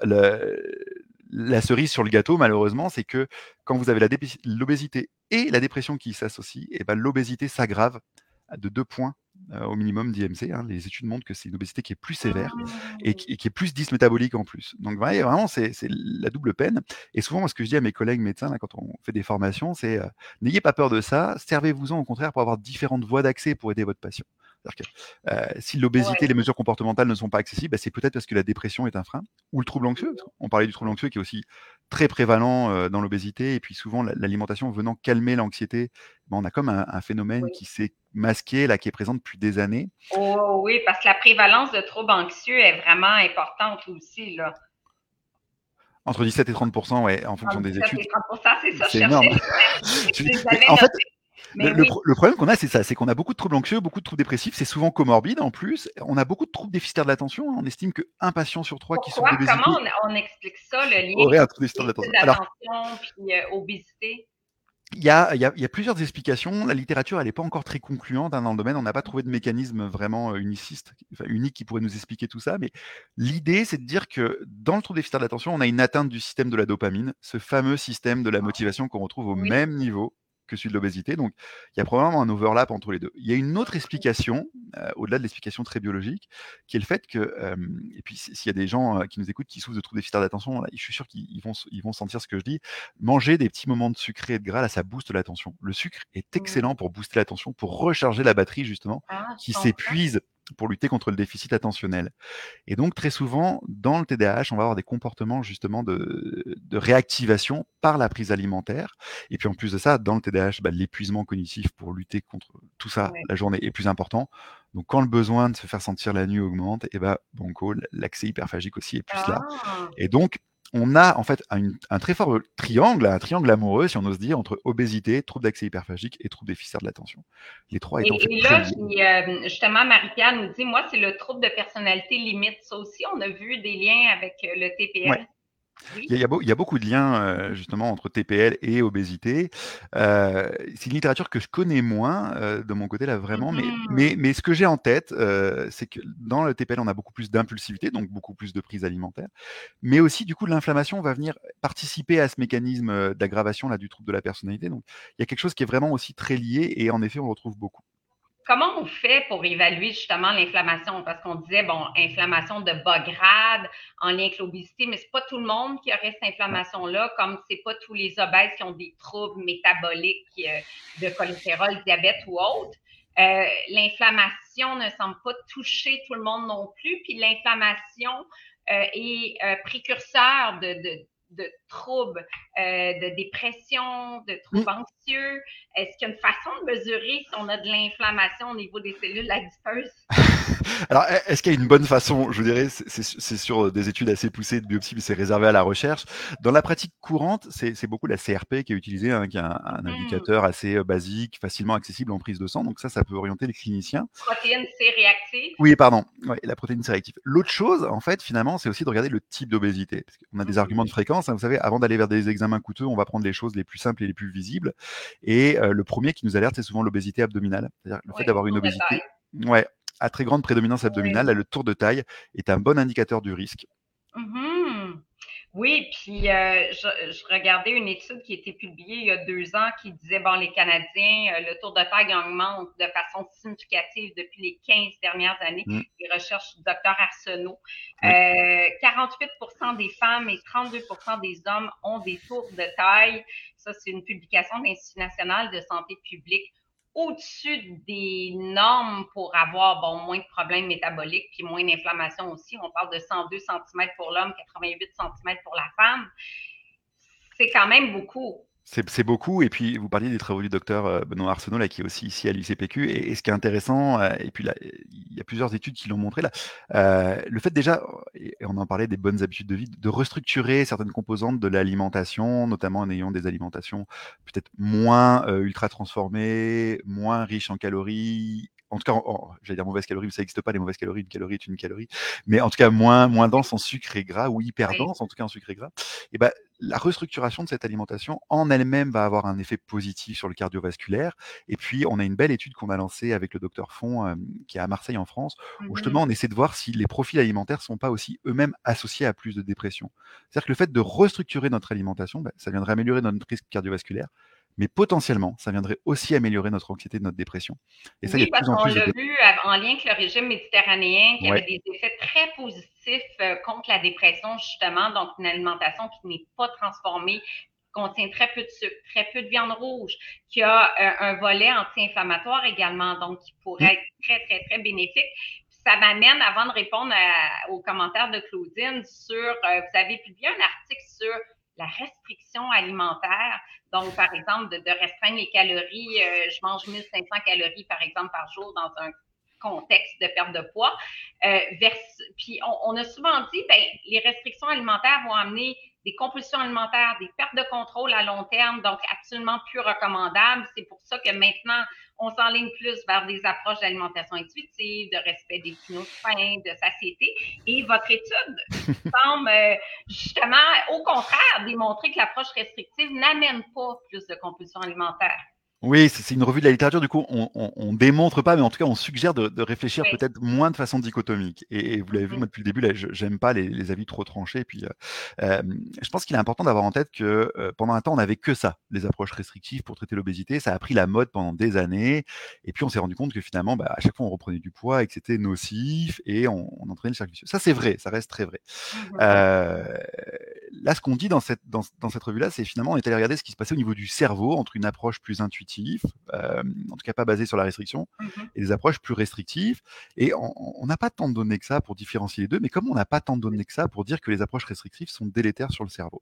la cerise sur le gâteau, malheureusement, c'est que quand vous avez l'obésité et la dépression qui s'associent, et ben, l'obésité s'aggrave de 2 points au minimum d'IMC. Hein. Les études montrent que c'est une obésité qui est plus sévère et qui est plus dysmétabolique en plus. Donc vraiment, c'est la double peine. Et souvent, moi, ce que je dis à mes collègues médecins là, quand on fait des formations, c'est n'ayez pas peur de ça, servez-vous-en au contraire pour avoir différentes voies d'accès pour aider votre patient. C'est-à-dire que si l'obésité, Ouais. les mesures comportementales ne sont pas accessibles, bah, c'est peut-être parce que la dépression est un frein ou le trouble anxieux. On parlait du trouble anxieux qui est aussi très prévalent dans l'obésité. Et puis souvent, l'alimentation venant calmer l'anxiété, bah, on a comme un phénomène Oui. qui s'est masqué, là, qui est présent depuis des années. Oh, oui, parce que la prévalence de troubles anxieux est vraiment importante aussi, là. Entre 17 et 30%, ouais, en fonction Entre des 17 études. et 30%, c'est ça, je C'est cherchais. énorme. Je les Mais avais en fait, notés. Mais oui. le problème qu'on a, c'est ça, c'est qu'on a beaucoup de troubles anxieux, beaucoup de troubles dépressifs, c'est souvent comorbide en plus. On a beaucoup de troubles déficitaires de l'attention. On estime qu'un patient sur trois qui souffre Pourquoi? Comment d'obésité on explique ça, le lien aurait un trouble déficitaire de déficit l'attention. Alors, d'attention puis obésité? il y a plusieurs explications. La littérature, elle n'est pas encore très concluante dans le domaine. On n'a pas trouvé de mécanisme vraiment uniciste, enfin, unique qui pourrait nous expliquer tout ça. Mais l'idée, c'est de dire que dans le trouble déficitaire de l'attention, on a une atteinte du système de la dopamine, ce fameux système de la motivation qu'on retrouve au Oui. même niveau que celui de l'obésité. Donc, il y a probablement un overlap entre les deux. Il y a une autre explication, au-delà de l'explication très biologique, qui est le fait que, et puis s'il y a des gens qui nous écoutent qui souffrent de troubles déficitaires d'attention, je suis sûr qu'ils vont sentir ce que je dis. Manger des petits moments de sucré et de gras, là, ça booste l'attention. Le sucre est Mmh. excellent pour booster l'attention, pour recharger la batterie, justement, Ah, je qui comprends. s'épuise pour lutter contre le déficit attentionnel. Et donc, très souvent, dans le TDAH, on va avoir des comportements justement de réactivation par la prise alimentaire. Et puis, en plus de ça, dans le TDAH, bah, l'épuisement cognitif pour lutter contre tout ça Ouais. la journée est plus important. Donc, quand le besoin de se faire sentir la nuit augmente, et bah, banco, l'accès hyperphagique aussi est plus là. Ah! Et donc, on a en fait un très fort triangle, un triangle amoureux, si on ose dire, entre obésité, trouble d'accès hyperphagique et trouble déficitaire de l'attention. Les trois étant en fait Et très là, liés. justement, Marie-Pierre nous dit, moi, c'est le trouble de personnalité limite. Ça aussi, on a vu des liens avec le Ouais. TPL. Oui. Il y a beaucoup de liens justement entre TPL et obésité. C'est une littérature que je connais moins de mon côté là vraiment, Mhm. mais ce que j'ai en tête, c'est que dans le TPL, on a beaucoup plus d'impulsivité, donc beaucoup plus de prise alimentaire, mais aussi du coup l'inflammation va venir participer à ce mécanisme d'aggravation là du trouble de la personnalité. Donc il y a quelque chose qui est vraiment aussi très lié et en effet on le retrouve beaucoup. Comment on fait pour évaluer justement l'inflammation? Parce qu'on disait, bon, inflammation de bas grade en lien avec l'obésité, mais c'est pas tout le monde qui aurait cette Ouais. inflammation-là, comme c'est pas tous les obèses qui ont des troubles métaboliques de cholestérol, diabète ou autre. L'inflammation ne semble pas toucher tout le monde non plus, puis l'inflammation est précurseur de troubles, de dépression, de Mmh. troubles anxieux. Est-ce qu'il y a une façon de mesurer si on a de l'inflammation au niveau des cellules adipeuses? Alors, est-ce qu'il y a une bonne façon? Je vous dirais, c'est sur des études assez poussées de biopsie, mais c'est réservé à la recherche. Dans la pratique courante, c'est beaucoup la CRP qui est utilisée, hein, qui est un Mmh. indicateur assez basique, facilement accessible en prise de sang. Donc ça peut orienter les cliniciens. Protéines C réactives? Oui, pardon, ouais, la protéine C réactive. L'autre chose, en fait, finalement, c'est aussi de regarder le type d'obésité. Parce qu'on a des arguments de Mmh. fréquence, hein, vous savez, avant d'aller vers des examens coûteux, on va prendre les choses les plus simples et les plus visibles. Et le premier qui nous alerte, c'est souvent l'obésité abdominale. C'est-à-dire le fait Oui, d'avoir une tour de taille. obésité, ouais, à très grande prédominance abdominale, Oui. là, le tour de taille est un bon indicateur du risque. Mhm. Oui, puis je regardais une étude qui a été publiée il y a 2 ans qui disait, bon, les Canadiens, le tour de taille augmente de façon significative depuis les 15 dernières années. Mm, Les recherches du docteur Arsenault. oui. 48% des femmes et 32% des hommes ont des tours de taille. Ça, c'est une publication de l'Institut national de santé publique au-dessus des normes pour avoir bon, moins de problèmes métaboliques puis moins d'inflammation aussi. On parle de 102 cm pour l'homme, 88 cm pour la femme. C'est quand même beaucoup. C'est beaucoup. Et puis, vous parliez des travaux du docteur Benoît Arsenault, là, qui est aussi ici à l'UCPQ. Et ce qui est intéressant, et puis là, il y a plusieurs études qui l'ont montré, là, le fait déjà, et on en parlait des bonnes habitudes de vie, de restructurer certaines composantes de l'alimentation, notamment en ayant des alimentations peut-être moins ultra transformées, moins riches en calories. En tout cas, j'allais dire mauvaises calories, mais ça n'existe pas les mauvaises calories, une calorie est une calorie, mais en tout cas moins dense en sucre et gras, ou hyper Oui. dense en tout cas en sucre et gras. Et ben, la restructuration de cette alimentation en elle-même va avoir un effet positif sur le cardiovasculaire. Et puis, on a une belle étude qu'on a lancée avec le docteur Font, qui est à Marseille en France, où justement Mhm. on essaie de voir si les profils alimentaires ne sont pas aussi eux-mêmes associés à plus de dépression. C'est-à-dire que le fait de restructurer notre alimentation, ça viendrait améliorer notre risque cardiovasculaire, mais potentiellement, ça viendrait aussi améliorer notre anxiété, notre dépression. Et ça, il y a Oui, de parce plus en qu'on plus de l'a vu en lien avec le régime méditerranéen, qui avait ouais, des effets très positifs contre la dépression, justement. Donc, une alimentation qui n'est pas transformée, contient très peu de sucre, très peu de viande rouge, qui a un volet anti-inflammatoire également, donc qui Mmh. pourrait être très, très, très bénéfique. Ça m'amène, avant de répondre aux commentaires de Claudine, vous avez publié un article sur la restriction alimentaire. Donc, par exemple, de restreindre les calories. Je mange 1500 calories, par exemple, par jour dans un contexte de perte de poids. Puis, on a souvent dit, ben, les restrictions alimentaires vont amener des compulsions alimentaires, des pertes de contrôle à long terme, donc absolument plus recommandables. C'est pour ça que maintenant, on s'enligne plus vers des approches d'alimentation intuitive, de respect des signaux de faim, de satiété. Et votre étude semble justement, au contraire, démontrer que l'approche restrictive n'amène pas plus de compulsions alimentaires. Oui, c'est une revue de la littérature, du coup, on démontre pas, mais en tout cas, on suggère de réfléchir Oui. peut-être moins de façon dichotomique. Et vous l'avez vu, Mm-hmm. moi, depuis le début, là, j'aime pas les avis trop tranchés. Et puis, je pense qu'il est important d'avoir en tête que pendant un temps, on n'avait que ça, les approches restrictives pour traiter l'obésité. Ça a pris la mode pendant des années. Et puis, on s'est rendu compte que finalement, à chaque fois, on reprenait du poids et que c'était nocif et on entraînait le cercle vicieux. Ça, c'est vrai, ça reste très vrai. Mm-hmm. Euh, Là, ce qu'on dit dans cette revue-là, c'est finalement, on est allé regarder ce qui se passait au niveau du cerveau entre une approche plus intuitive, en tout cas pas basée sur la restriction, Mm-hmm. et des approches plus restrictives. Et on n'a pas tant de données que ça pour différencier les deux, mais comme on n'a pas tant de données que ça pour dire que les approches restrictives sont délétères sur le cerveau.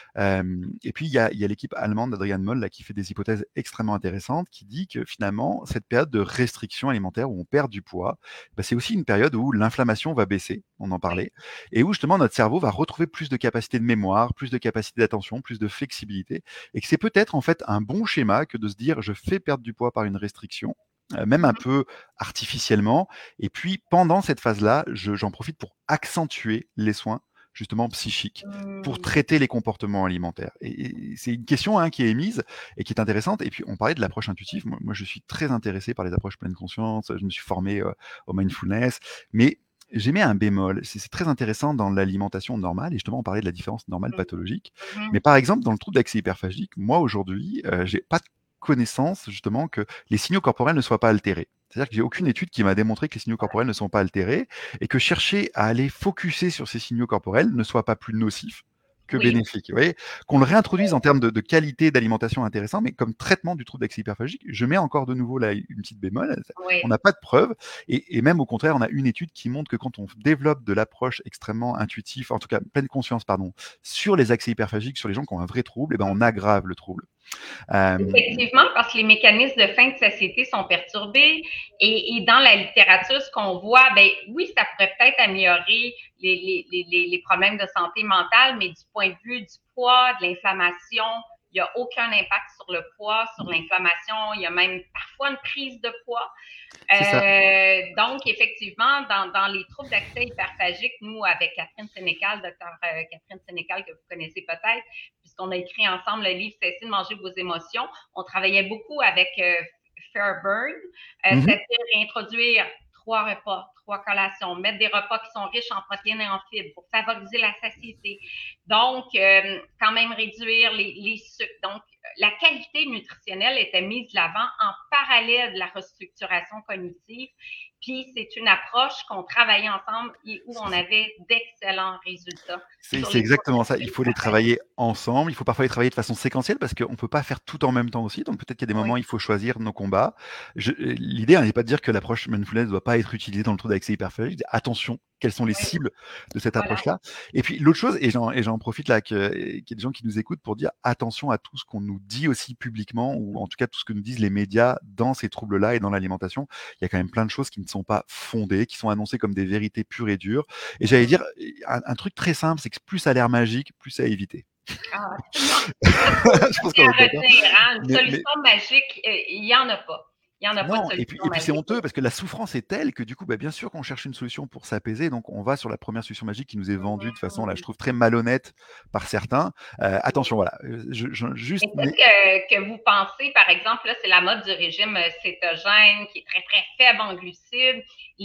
Et puis, il y a l'équipe allemande d'Adrian Moll là, qui fait des hypothèses extrêmement intéressantes, qui dit que finalement, cette période de restriction alimentaire où on perd du poids, c'est aussi une période où l'inflammation va baisser, on en Oui. parlait, et où justement notre cerveau va retrouver plus de capacité de mémoire, plus de capacité d'attention, plus de flexibilité, et que c'est peut-être en fait un bon schéma que de se dire je fais perdre du poids par une restriction, même un Mm-hmm. peu artificiellement, et puis pendant cette phase-là, j'en profite pour accentuer les soins justement psychiques, pour Mm-hmm. traiter les comportements alimentaires. Et c'est une question qui est émise et qui est intéressante. Et puis, on parlait de l'approche intuitive. Moi, je suis très intéressé par les approches pleine conscience. Je me suis formé au mindfulness. Mais j'ai mis un bémol. C'est très intéressant dans l'alimentation normale. Et justement, on parlait de la différence normale pathologique. Mm-hmm. Mais par exemple, dans le trouble d'accès hyperphagique, moi, aujourd'hui, j'ai pas de connaissance justement que les signaux corporels ne soient pas altérés. C'est-à-dire que j'ai aucune étude qui m'a démontré que les signaux corporels ne sont pas altérés et que chercher à aller focuser sur ces signaux corporels ne soit pas plus nocif que Oui. bénéfique. Vous voyez, qu'on le réintroduise en termes de qualité d'alimentation intéressant, mais comme traitement du trouble d'accès hyperphagique, je mets encore de nouveau là une petite bémol. Oui. On n'a pas de preuves, et même au contraire, on a une étude qui montre que quand on développe de l'approche extrêmement intuitive, en tout cas pleine conscience, pardon, sur les accès hyperphagiques, sur les gens qui ont un vrai trouble, on aggrave le trouble. Effectivement, parce que les mécanismes de fin de satiété sont perturbés et dans la littérature, ce qu'on voit, ben oui, ça pourrait peut-être améliorer les problèmes de santé mentale, mais du point de vue du poids, de l'inflammation, il n'y a aucun impact sur le poids, sur l'inflammation. Il y a même parfois une prise de poids. C'est ça. Donc, effectivement, dans les troubles d'accès hyperphagique, nous, avec Catherine Sénécal, docteur Catherine Sénécal, que vous connaissez peut-être, puisqu'on a écrit ensemble le livre Cessez de manger vos émotions, on travaillait beaucoup avec Fairburn, Mhm. c'est-à-dire introduire 3 repas, 3 collations, mettre des repas qui sont riches en protéines et en fibres pour favoriser la satiété. Donc, quand même réduire les sucres. Donc, la qualité nutritionnelle était mise de l'avant en parallèle de la restructuration cognitive. Puis, c'est une approche qu'on travaillait ensemble et où on avait d'excellents résultats sur C'est les exactement ça. Il troubles faut les d'accès. travailler ensemble. Il faut parfois les travailler de façon séquentielle parce qu'on ne peut pas faire tout en même temps aussi. Donc peut-être qu'il y a des Oui, moments où il faut choisir nos combats. L'idée n'est pas de dire que l'approche mindfulness ne doit pas être utilisée dans le trouble d'accès hyperphagique. Attention, quelles sont les oui, cibles de cette voilà. approche-là. Et puis l'autre chose, et j'en profite là qu'il y ait des gens qui nous écoutent pour dire attention à tout ce qu'on nous dit aussi publiquement, ou en tout cas tout ce que nous disent les médias dans ces troubles-là et dans l'alimentation. Il y a quand même plein de choses qui ne sont pas fondées, qui sont annoncées comme des vérités pures et dures. Et j'allais dire, un truc très simple, c'est que plus ça a l'air magique, plus ça à éviter. Ah, absolument. Je pense qu'on est À d'accord. retenir, hein, une Mais solution magique, il n'y en a pas. Il n'y en a pas de non, solution et puis c'est magique. honteux parce que la souffrance est telle que du coup, bien sûr qu'on cherche une solution pour s'apaiser, donc on va sur la première solution magique qui nous est vendue de façon, là, je trouve très malhonnête par certains. Attention, voilà, juste, Mais mais que vous pensez, par exemple, là, c'est la mode du régime cétogène qui est très, très faible en glucides.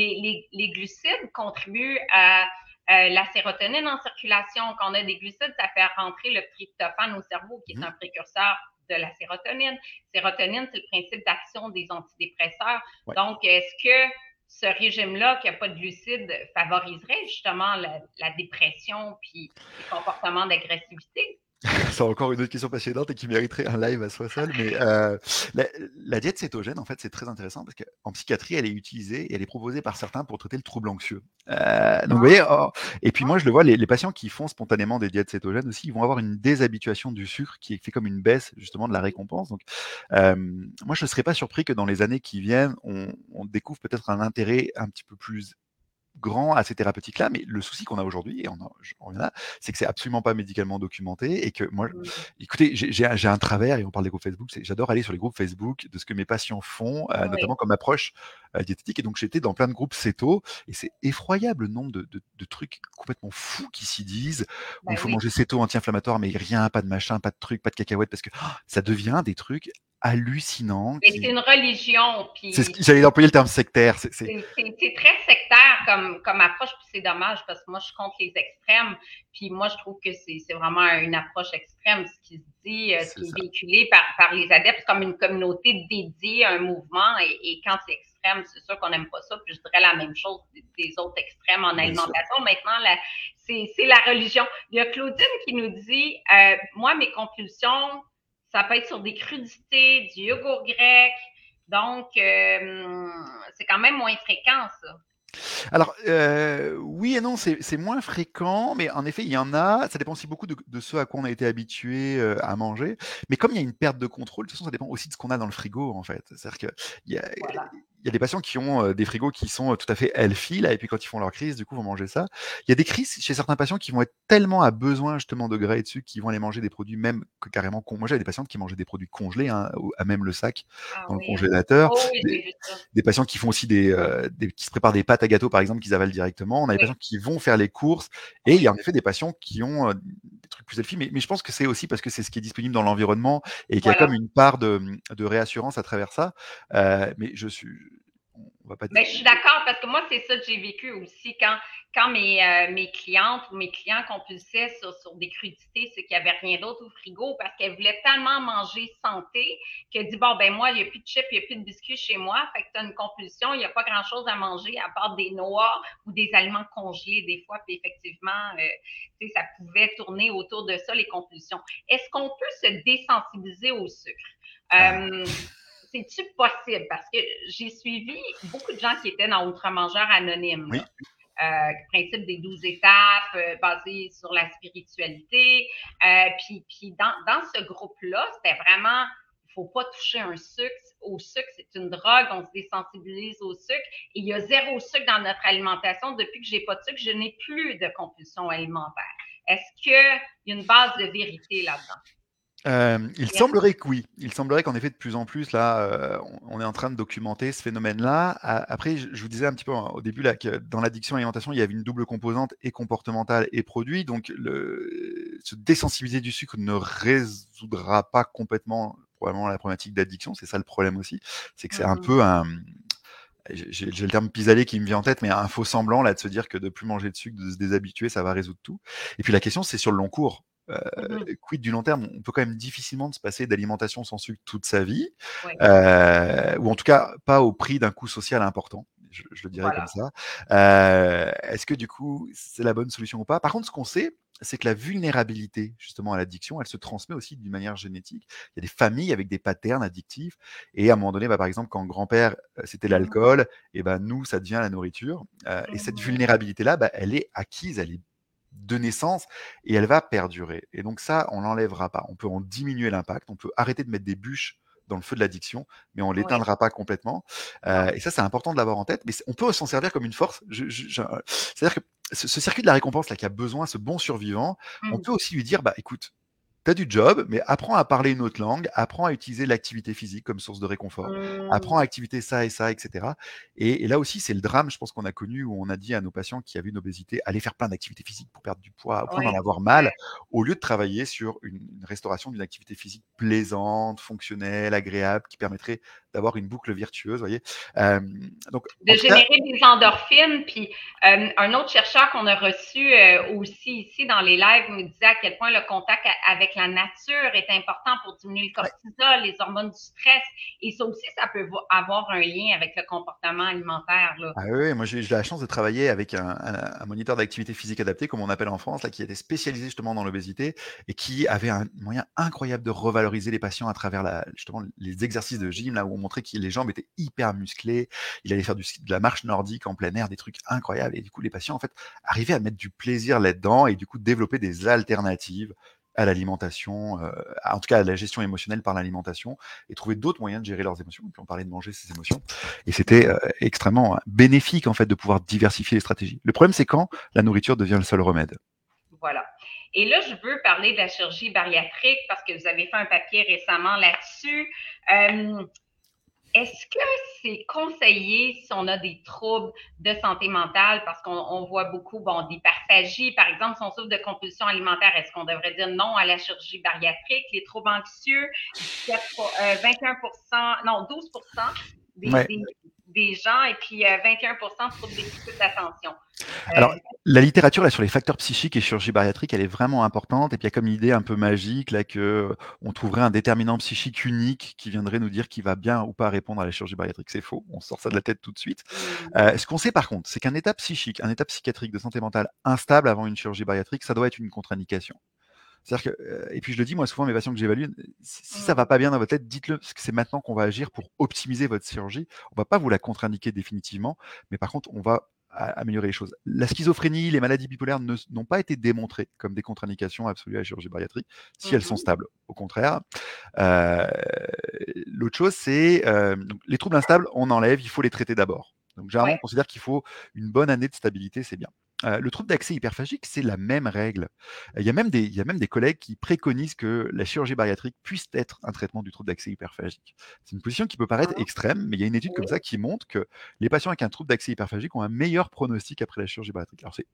Les glucides contribuent à la sérotonine en circulation. Quand on a des glucides, ça fait rentrer le tryptophane au cerveau, qui est un précurseur de la sérotonine. Sérotonine, c'est le principe d'action des antidépresseurs. ouais. Donc, est-ce que ce régime-là, qui n'a pas de glucides, favoriserait justement la dépression puis les comportements d'agressivité? C'est encore une autre question passionnante et qui mériterait un live à soi seul. Mais la, la diète cétogène, en fait, c'est très intéressant parce qu'en psychiatrie, elle est utilisée et elle est proposée par certains pour traiter le trouble anxieux. Donc, vous voyez, et puis moi, je le vois, les patients qui font spontanément des diètes cétogènes aussi, ils vont avoir une déshabituation du sucre qui fait comme une baisse justement de la récompense. Donc, moi, je ne serais pas surpris que dans les années qui viennent, on découvre peut-être un intérêt un petit peu plus grand à ces thérapeutiques-là, mais le souci qu'on a aujourd'hui, et on en a, c'est que c'est absolument pas médicalement documenté et que moi, Mmh. écoutez, j'ai un travers et on parle des groupes Facebook, j'adore aller sur les groupes Facebook de ce que mes patients font, Oui, notamment comme approche diététique. Et donc j'étais dans plein de groupes céto et c'est effroyable le nombre de trucs complètement fous qui s'y disent où il ben faut oui. manger céto anti-inflammatoire, mais rien, pas de machin, pas de truc, pas de cacahuètes, parce que ça devient des trucs hallucinants Mais c'est qui. une religion, C'est ce puis j'allais employer le terme sectaire. c'est très sectaire comme approche, puis c'est dommage parce que moi, je suis contre les extrêmes. Puis moi, je trouve que c'est vraiment une approche extrême, ce qui se dit, ce C'est qui est ça. véhiculé par les adeptes comme une communauté dédiée à un mouvement. Et quand c'est extrême, c'est sûr qu'on n'aime pas ça. Puis je dirais la même chose des autres extrêmes en Bien sûr. alimentation. Maintenant, c'est la religion. Il y a Claudine qui nous dit, moi, mes compulsions, ça peut être sur des crudités, du yogourt grec. Donc, c'est quand même moins fréquent, ça. Alors, oui et non, c'est moins fréquent, mais en effet, il y en a. Ça dépend aussi beaucoup de ce à quoi on a été habitué, à manger. Mais comme il y a une perte de contrôle, de toute façon, ça dépend aussi de ce qu'on a dans le frigo, en fait. C'est-à-dire qu'il y a Voilà. il y a des patients qui ont, des frigos qui sont, tout à fait healthy là et puis quand ils font leur crise, du coup, vont manger ça. Il y a des crises chez certains patients qui vont être tellement à besoin justement de gras et de sucre qu'ils vont aller manger des produits même que carrément moi j'avais des patientes qui mangeaient des produits congelés, hein, à même le sac Ah dans le oui, hein. congélateur. Oh oui, Des j'ai vu ça. des patients qui font aussi qui se préparent des pâtes à gâteau, par exemple, qu'ils avalent directement. On a des Oui, patients qui vont faire les courses et il y oui, a en effet des patients qui ont des trucs plus healthy, mais je pense que c'est aussi parce que c'est ce qui est disponible dans l'environnement et qu'il y a voilà. comme une part de réassurance à travers ça. Mais on va pas dire. Mais je suis d'accord parce que moi, c'est ça que j'ai vécu aussi quand mes clientes ou mes clients compulsaient sur des crudités, c'est qu'il n'y avait rien d'autre au frigo parce qu'elles voulaient tellement manger santé qu'elles dit bon, ben moi, il n'y a plus de chips, il n'y a plus de biscuits chez moi. Fait que tu as une compulsion, il n'y a pas grand-chose à manger à part des noix ou des aliments congelés des fois. Puis effectivement, ça pouvait tourner autour de ça, les compulsions. Est-ce qu'on peut se désensibiliser au sucre? Ah, Euh, C'est-tu possible? Parce que j'ai suivi beaucoup de gens qui étaient dans Outre-Mangeurs Anonymes, là. oui. Principe des 12 étapes, basé sur la spiritualité. Puis dans ce groupe-là, c'était vraiment, il ne faut pas toucher au sucre, c'est une drogue, on se désensibilise au sucre. Et il y a zéro sucre dans notre alimentation. Depuis que je n'ai pas de sucre, je n'ai plus de compulsion alimentaire. Est-ce qu'il y a une base de vérité là-dedans? Il semblerait que oui. Il semblerait qu'en effet, de plus en plus, là, on est en train de documenter ce phénomène-là. Après, je vous disais un petit peu au début là, que dans l'addiction à l'alimentation, il y avait une double composante et comportementale et produit. Donc, se désensibiliser du sucre ne résoudra pas complètement probablement la problématique d'addiction. C'est ça le problème aussi. C'est que c'est un Mm-hmm. peu un. J'ai le terme pis-aller qui me vient en tête, mais un faux semblant là de se dire que de plus manger de sucre, de se déshabituer, ça va résoudre tout. Et puis la question, c'est sur le long cours. Mm-hmm. Quid du long terme? On peut quand même difficilement se passer d'alimentation sans sucre toute sa vie, Oui, ou en tout cas pas au prix d'un coût social important. Je le dirais comme voilà. ça. Est-ce que du coup c'est la bonne solution ou pas? Par contre, ce qu'on sait, c'est que la vulnérabilité justement à l'addiction, elle se transmet aussi d'une manière génétique. Il y a des familles avec des patterns addictifs, et à un moment donné, bah, par exemple, quand grand-père c'était Mm-hmm. l'alcool, et ben nous ça devient la nourriture. Et cette Mm-hmm. vulnérabilité là, bah, elle est acquise, elle est de naissance et elle va perdurer. Et donc ça, on l'enlèvera pas. On peut en diminuer l'impact, on peut arrêter de mettre des bûches dans le feu de l'addiction, mais on Oui, l'éteindra pas complètement. non. Et ça, c'est important de l'avoir en tête. Mais on peut s'en servir comme une force. C'est-à-dire que ce circuit de la récompense là qui a besoin, ce bon survivant, on Mm. peut aussi lui dire, bah écoute, t'as du job, mais apprends à parler une autre langue, apprends à utiliser l'activité physique comme source de réconfort, apprends à Mm. activiter ça et ça, etc. Et là aussi, c'est le drame, je pense qu'on a connu, où on a dit à nos patients qui avaient une obésité, allez faire plein d'activités physiques pour perdre du poids, au point d'en Oui, avoir ouais, mal, au lieu de travailler sur une restauration d'une activité physique plaisante, fonctionnelle, agréable, qui permettrait d'avoir une boucle virtueuse, vous voyez. Euh, donc, de en tout cas, générer des endorphines. Puis un autre chercheur qu'on a reçu aussi ici dans les lives me disait à quel point le contact avec avec la nature est important pour diminuer le cortisol, les hormones du stress. Et ça aussi, ça peut avoir un lien avec le comportement alimentaire, là. Ah oui, moi j'ai la chance de travailler avec un moniteur d'activité physique adaptée, comme on appelle en France, là, qui était spécialisé justement dans l'obésité et qui avait un moyen incroyable de revaloriser les patients à travers justement les exercices de gym, là où on montrait que les jambes étaient hyper musclées. Il allait faire de la marche nordique en plein air, des trucs incroyables. Et du coup, les patients, en fait, arrivaient à mettre du plaisir là-dedans et du coup, développer des alternatives à l'alimentation, en tout cas à la gestion émotionnelle par l'alimentation, et trouver d'autres moyens de gérer leurs émotions. Et puis on parlait de manger ses émotions. Et c'était extrêmement bénéfique en fait de pouvoir diversifier les stratégies. Le problème, c'est quand la nourriture devient le seul remède. Voilà. Et là, je veux parler de la chirurgie bariatrique parce que vous avez fait un papier récemment là-dessus. Est-ce que c'est conseillé si on a des troubles de santé mentale? Parce qu'on voit beaucoup d'hyperphagie, par exemple, si on souffre de compulsion alimentaire, est-ce qu'on devrait dire non à la chirurgie bariatrique? Les troubles anxieux, 21%, non, 12% Ouais. des gens et puis 21% de troubles déficit d'attention. Alors, la littérature là sur les facteurs psychiques et chirurgie bariatrique, elle est vraiment importante. Et puis il y a comme une idée un peu magique là que on trouverait un déterminant psychique unique qui viendrait nous dire qui va bien ou pas répondre à la chirurgie bariatrique. C'est faux. On sort ça de la tête tout de suite. Ce qu'on sait par contre, c'est qu'un état psychique, un état psychiatrique de santé mentale instable avant une chirurgie bariatrique, ça doit être une contre-indication. C'est-à-dire que, et puis je le dis moi souvent à mes patients que j'évalue, si ça va pas bien dans votre tête, dites-le, parce que c'est maintenant qu'on va agir pour optimiser votre chirurgie. On va pas vous la contre-indiquer définitivement, mais par contre, on va améliorer les choses. La schizophrénie, les maladies bipolaires n'ont pas été démontrées comme des contre-indications absolues à la chirurgie bariatrique, si elles sont stables. Au contraire. L'autre chose, c'est les troubles instables, on enlève, il faut les traiter d'abord. Donc généralement, on considère qu'il faut une bonne année de stabilité, c'est bien. Le trouble d'accès hyperphagique, c'est la même règle. Il y a même des collègues qui préconisent que la chirurgie bariatrique puisse être un traitement du trouble d'accès hyperphagique. C'est une position qui peut paraître extrême, mais il y a une étude comme ça qui montre que les patients avec un trouble d'accès hyperphagique ont un meilleur pronostic après la chirurgie bariatrique. Alors c'est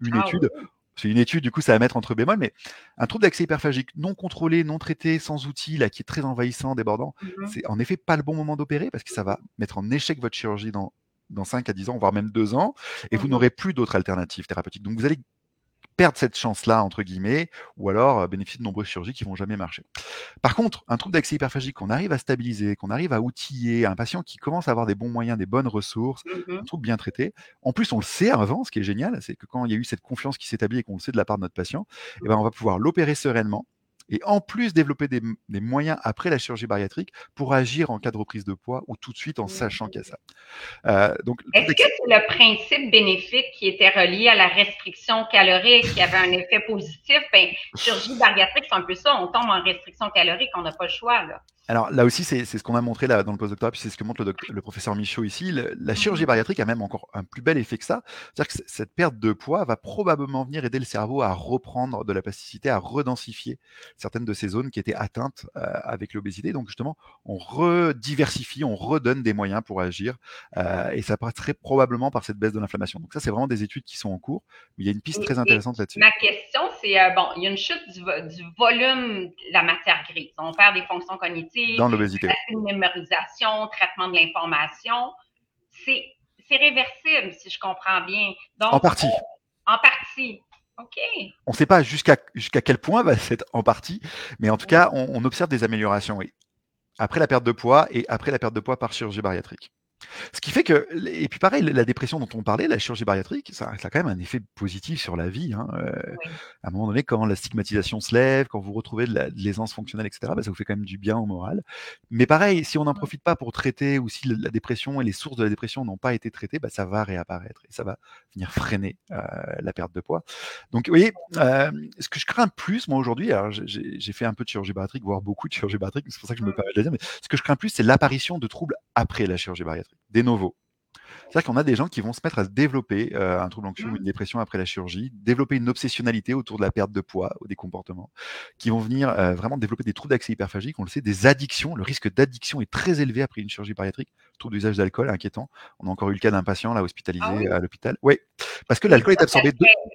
une étude, du coup ça va mettre entre bémol, mais un trouble d'accès hyperphagique non contrôlé, non traité, sans outils, là, qui est très envahissant, débordant, c'est en effet pas le bon moment d'opérer parce que ça va mettre en échec votre chirurgie dans 5 à 10 ans, voire même 2 ans, et vous n'aurez plus d'autres alternatives thérapeutiques. Donc vous allez perdre cette chance-là, entre guillemets, ou alors bénéficier de nombreuses chirurgies qui vont jamais marcher. Par contre, un trouble d'accès hyperphagique qu'on arrive à stabiliser, qu'on arrive à outiller, un patient qui commence à avoir des bons moyens, des bonnes ressources, un trouble bien traité, en plus on le sait avant, ce qui est génial, c'est que quand il y a eu cette confiance qui s'établit et qu'on le sait de la part de notre patient, eh ben, on va pouvoir l'opérer sereinement, et en plus développer des moyens après la chirurgie bariatrique pour agir en cas de reprise de poids ou tout de suite en sachant qu'il y a ça. Donc, est-ce que c'est le principe bénéfique qui était relié à la restriction calorique qui avait un effet positif? Ben, chirurgie bariatrique, c'est un peu ça, on tombe en restriction calorique, on n'a pas le choix, là. Alors là aussi, c'est ce qu'on a montré là dans le postdoctorat, puis c'est ce que montre le professeur Michaud ici. La chirurgie bariatrique a même encore un plus bel effet que ça. C'est-à-dire que cette perte de poids va probablement venir aider le cerveau à reprendre de la plasticité, à redensifier certaines de ces zones qui étaient atteintes avec l'obésité. Donc justement, on rediversifie, on redonne des moyens pour agir, et ça passerait probablement par cette baisse de l'inflammation. Donc ça, c'est vraiment des études qui sont en cours, mais il y a une piste très intéressante là-dessus. Ma question, c'est, il y a une chute du volume de la matière grise. On perd des fonctions cognitives, dans l'obésité, mémorisation, traitement de l'information. C'est réversible, si je comprends bien. Donc, en partie. En partie. OK. On ne sait pas jusqu'à quel point va c'est en partie, mais en tout cas, on observe des améliorations, oui. Après la perte de poids et après la perte de poids par chirurgie bariatrique. Ce qui fait que, et puis pareil, la dépression dont on parlait, la chirurgie bariatrique, ça a quand même un effet positif sur la vie. À un moment donné, quand la stigmatisation se lève, quand vous retrouvez de l'aisance fonctionnelle, etc., ça vous fait quand même du bien au moral. Mais pareil, si on n'en profite pas pour traiter, ou si la dépression et les sources de la dépression n'ont pas été traitées, ça va réapparaître et ça va venir freiner la perte de poids. Donc, vous voyez, ce que je crains plus, moi, aujourd'hui, alors j'ai fait un peu de chirurgie bariatrique, voire beaucoup de chirurgie bariatrique, c'est pour ça que je me permets de le dire, mais ce que je crains plus, c'est l'apparition de troubles après la chirurgie bariatrique, des novos. C'est-à-dire qu'on a des gens qui vont se mettre à se développer un trouble anxieux ou une dépression après la chirurgie, développer une obsessionnalité autour de la perte de poids ou des comportements, qui vont venir vraiment développer des troubles d'accès hyperphagique, on le sait, des addictions. Le risque d'addiction est très élevé après une chirurgie bariatrique, trouble d'usage d'alcool, inquiétant. On a encore eu le cas d'un patient là hospitalisé à l'hôpital. Oui, parce que l'alcool est absorbé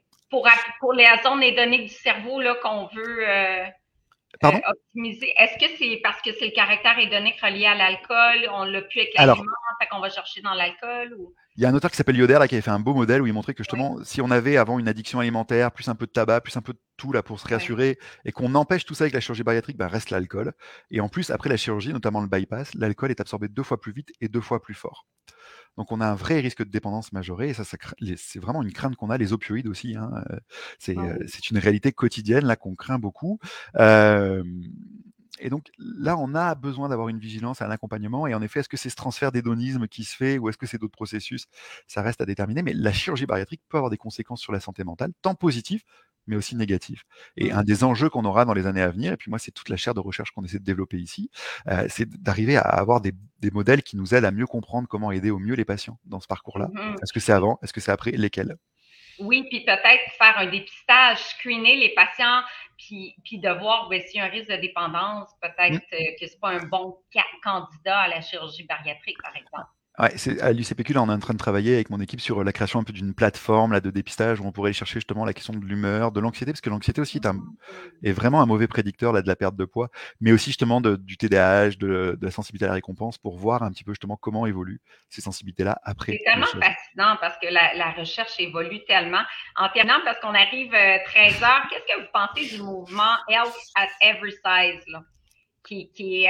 pour les zones hédoniques du cerveau là, qu'on veut optimiser. Est-ce que c'est parce que c'est le caractère hédonique relié à l'alcool, on l'a plus avec l'aliment, fait qu'on va chercher dans l'alcool ou... Il y a un auteur qui s'appelle Yoder là, qui avait fait un beau modèle où il montrait que Oui, justement, si on avait avant une addiction alimentaire, plus un peu de tabac, plus un peu de tout là pour se oui. réassurer, et qu'on empêche tout ça avec la chirurgie bariatrique, bah, reste l'alcool. Et en plus, après la chirurgie, notamment le bypass, l'alcool est absorbé 2 fois plus vite et 2 fois plus fort. Donc on a un vrai risque de dépendance majorée, et c'est vraiment une crainte qu'on a, les opioïdes aussi, hein, Oui. c'est une réalité quotidienne là qu'on craint beaucoup. Euh, et donc là, on a besoin d'avoir une vigilance et un accompagnement. Et en effet, est-ce que c'est ce transfert d'hédonisme qui se fait ou est-ce que c'est d'autres processus? Ça reste à déterminer. Mais la chirurgie bariatrique peut avoir des conséquences sur la santé mentale, tant positives, mais aussi négatives. Et un Mm. des enjeux qu'on aura dans les années à venir, et puis moi, c'est toute la chaire de recherche qu'on essaie de développer ici, c'est d'arriver à avoir des modèles qui nous aident à mieux comprendre comment aider au mieux les patients dans ce parcours-là. Mhm. Est-ce que c'est avant? Est-ce que c'est après? Lesquels? Oui, puis peut-être faire un dépistage, screener les patients, puis de voir s'il y a un risque de dépendance, peut-être que c'est pas un bon candidat à la chirurgie bariatrique, par exemple. Ouais, à l'UCPQ, là, on est en train de travailler avec mon équipe sur la création un peu d'une plateforme là, de dépistage où on pourrait aller chercher justement la question de l'humeur, de l'anxiété, parce que l'anxiété aussi est vraiment un mauvais prédicteur là, de la perte de poids, mais aussi justement du TDAH, de la sensibilité à la récompense, pour voir un petit peu justement comment évoluent ces sensibilités-là après C'est la tellement chirurgie. fascinant parce que la recherche évolue tellement. En terminant, parce qu'on arrive 13 heures, qu'est-ce que vous pensez du mouvement Health at Every Size, là, qui est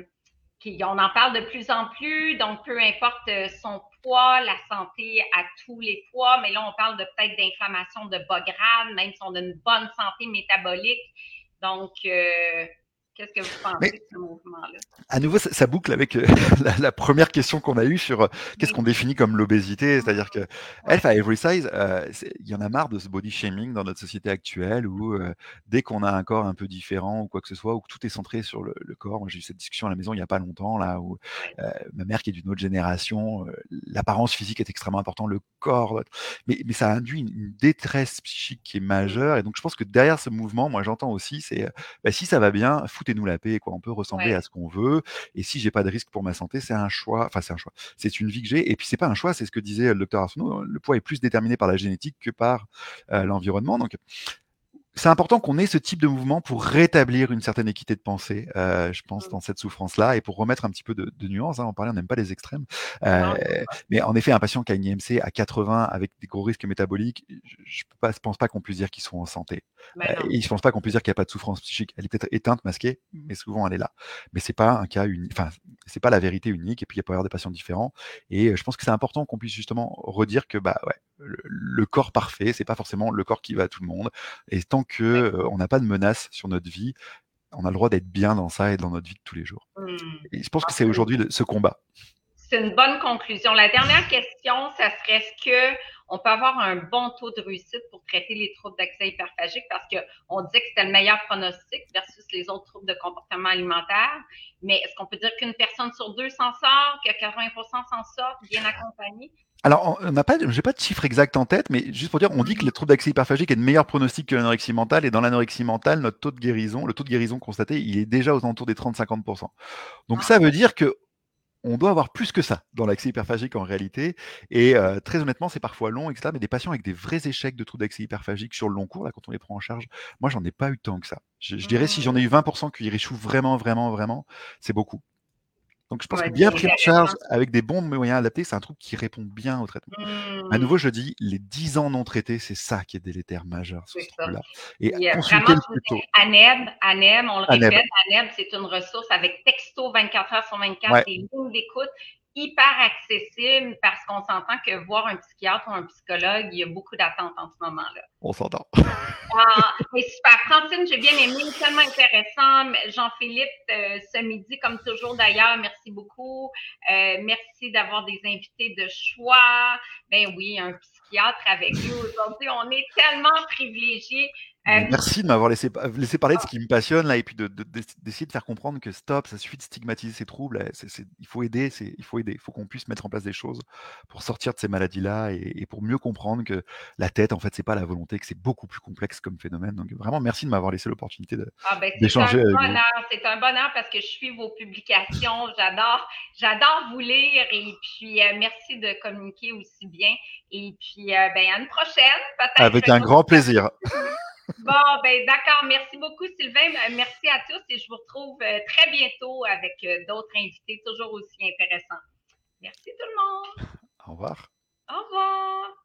on en parle de plus en plus, donc peu importe son poids, la santé à tous les poids, mais là, on parle de peut-être d'inflammation de bas grade, même si on a une bonne santé métabolique. Donc, qu'est-ce que vous Mais pensez de ce mouvement-là? à nouveau, ça boucle avec la première question qu'on a eue sur qu'est-ce qu'on Oui, définit comme l'obésité. C'est-à-dire que Health oui, à Every Size, il y en a marre de ce body shaming dans notre société actuelle où dès qu'on a un corps un peu différent ou quoi que ce soit, ou que tout est centré sur le corps. Moi, j'ai eu cette discussion à la maison il n'y a pas longtemps, là, où oui, ma mère qui est d'une autre génération, l'apparence physique est extrêmement importante, le corps. Mais ça induit une détresse psychique qui est majeure. Et donc, je pense que derrière ce mouvement, moi, j'entends aussi, c'est bah, si ça va bien, foutez-nous la paix, quoi. On peut ressembler à oui, ce qu'on veut. Et si j'ai pas de risque pour ma santé, c'est un choix. Enfin, c'est un choix. C'est une vie que j'ai. Et puis, c'est pas un choix. C'est ce que disait le docteur Arsenault. Le poids est plus déterminé par la génétique que par l'environnement. Donc, c'est important qu'on ait ce type de mouvement pour rétablir une certaine équité de pensée, je pense, dans cette souffrance-là, et pour remettre un petit peu de nuance. Hein, on parlait, on n'aime pas les extrêmes. non, Mais en effet, un patient qui a une IMC à 80 avec des gros risques métaboliques, je pense pas qu'on puisse dire qu'ils sont en santé. ben non. Et je pense pas qu'on puisse dire qu'il n'y a pas de souffrance psychique. Elle est peut-être éteinte, masquée, mais souvent elle est là. Mais c'est pas un cas unique. Enfin, c'est pas la vérité unique. Et puis il peut y avoir des patients différents. Et je pense que c'est important qu'on puisse justement redire que bah ouais, le corps parfait, c'est pas forcément le corps qui va à tout le monde. Et tant que Oui. on n'a pas de menace sur notre vie, on a le droit d'être bien dans ça et dans notre vie de tous les jours. Et je pense que Ah, c'est aujourd'hui ce combat. c'est une bonne conclusion. La dernière question, ça serait est-ce que on peut avoir un bon taux de réussite pour traiter les troubles d'accès hyperphagique parce qu'on disait que c'était le meilleur pronostic versus les autres troubles de comportement alimentaire. Mais est-ce qu'on peut dire qu'une personne sur deux s'en sort, que 80% s'en sortent bien accompagnés? Alors, on n'a pas, j'ai pas de chiffre exact en tête, mais juste pour dire, on dit que le trouble d'accès hyperphagique est de meilleur pronostic que l'anorexie mentale, et dans l'anorexie mentale, notre taux de guérison, le taux de guérison constaté, il est déjà aux alentours des 30-50%. Donc Ah, ça veut dire que on doit avoir plus que ça dans l'accès hyperphagique en réalité. Et très honnêtement, c'est parfois long, etc. Mais des patients avec des vrais échecs de troubles d'accès hyperphagique sur le long cours, là, quand on les prend en charge, moi, j'en ai pas eu tant que ça. Je dirais, si j'en ai eu 20% qui réchouent vraiment, vraiment, vraiment, c'est beaucoup. Donc je pense que ouais, bien c'est pris en charge intéressant. avec des bons moyens adaptés, c'est un trouble qui répond bien au traitement. À Hmm, nouveau, je dis, les 10 ans non traités, c'est ça qui est délétère majeur sur c'est ce ça. trouble-là. Et Puis consulter vraiment, le je vous plus tôt. dis, ANEB, on le ANEB. répète, ANEB, c'est une ressource avec texto 24 heures sur 24, Ouais, des lignes d'écoute hyper accessibles parce qu'on s'entend que voir un psychiatre ou un psychologue, il y a beaucoup d'attentes en ce moment-là. on s'entend. Ah, mais super. Francine, j'ai bien aimé, tellement intéressant. Jean-Philippe, ce midi, comme toujours d'ailleurs, merci beaucoup. Merci d'avoir des invités de choix. Ben oui, un psychiatre avec nous aujourd'hui. On est tellement privilégiés. Mais Euh, merci de m'avoir laissé parler de ce qui me passionne là, et puis d'essayer de faire comprendre que stop, ça suffit de stigmatiser ces troubles. Il faut aider, il faut qu'on puisse mettre en place des choses pour sortir de ces maladies-là, et pour mieux comprendre que la tête, en fait, c'est pas la volonté, que c'est beaucoup plus complexe comme phénomène. Donc vraiment, merci de m'avoir laissé l'opportunité Ah ben d'échanger avec vous. c'est un bonheur parce que je suis vos publications, j'adore vous lire et puis merci de communiquer aussi bien et puis ben à une prochaine peut-être Avec une un autre grand plaisir. interview. Bon ben d'accord, merci beaucoup Sylvain, merci à tous et je vous retrouve très bientôt avec d'autres invités toujours aussi intéressants. Merci tout le monde. Au revoir. Au revoir.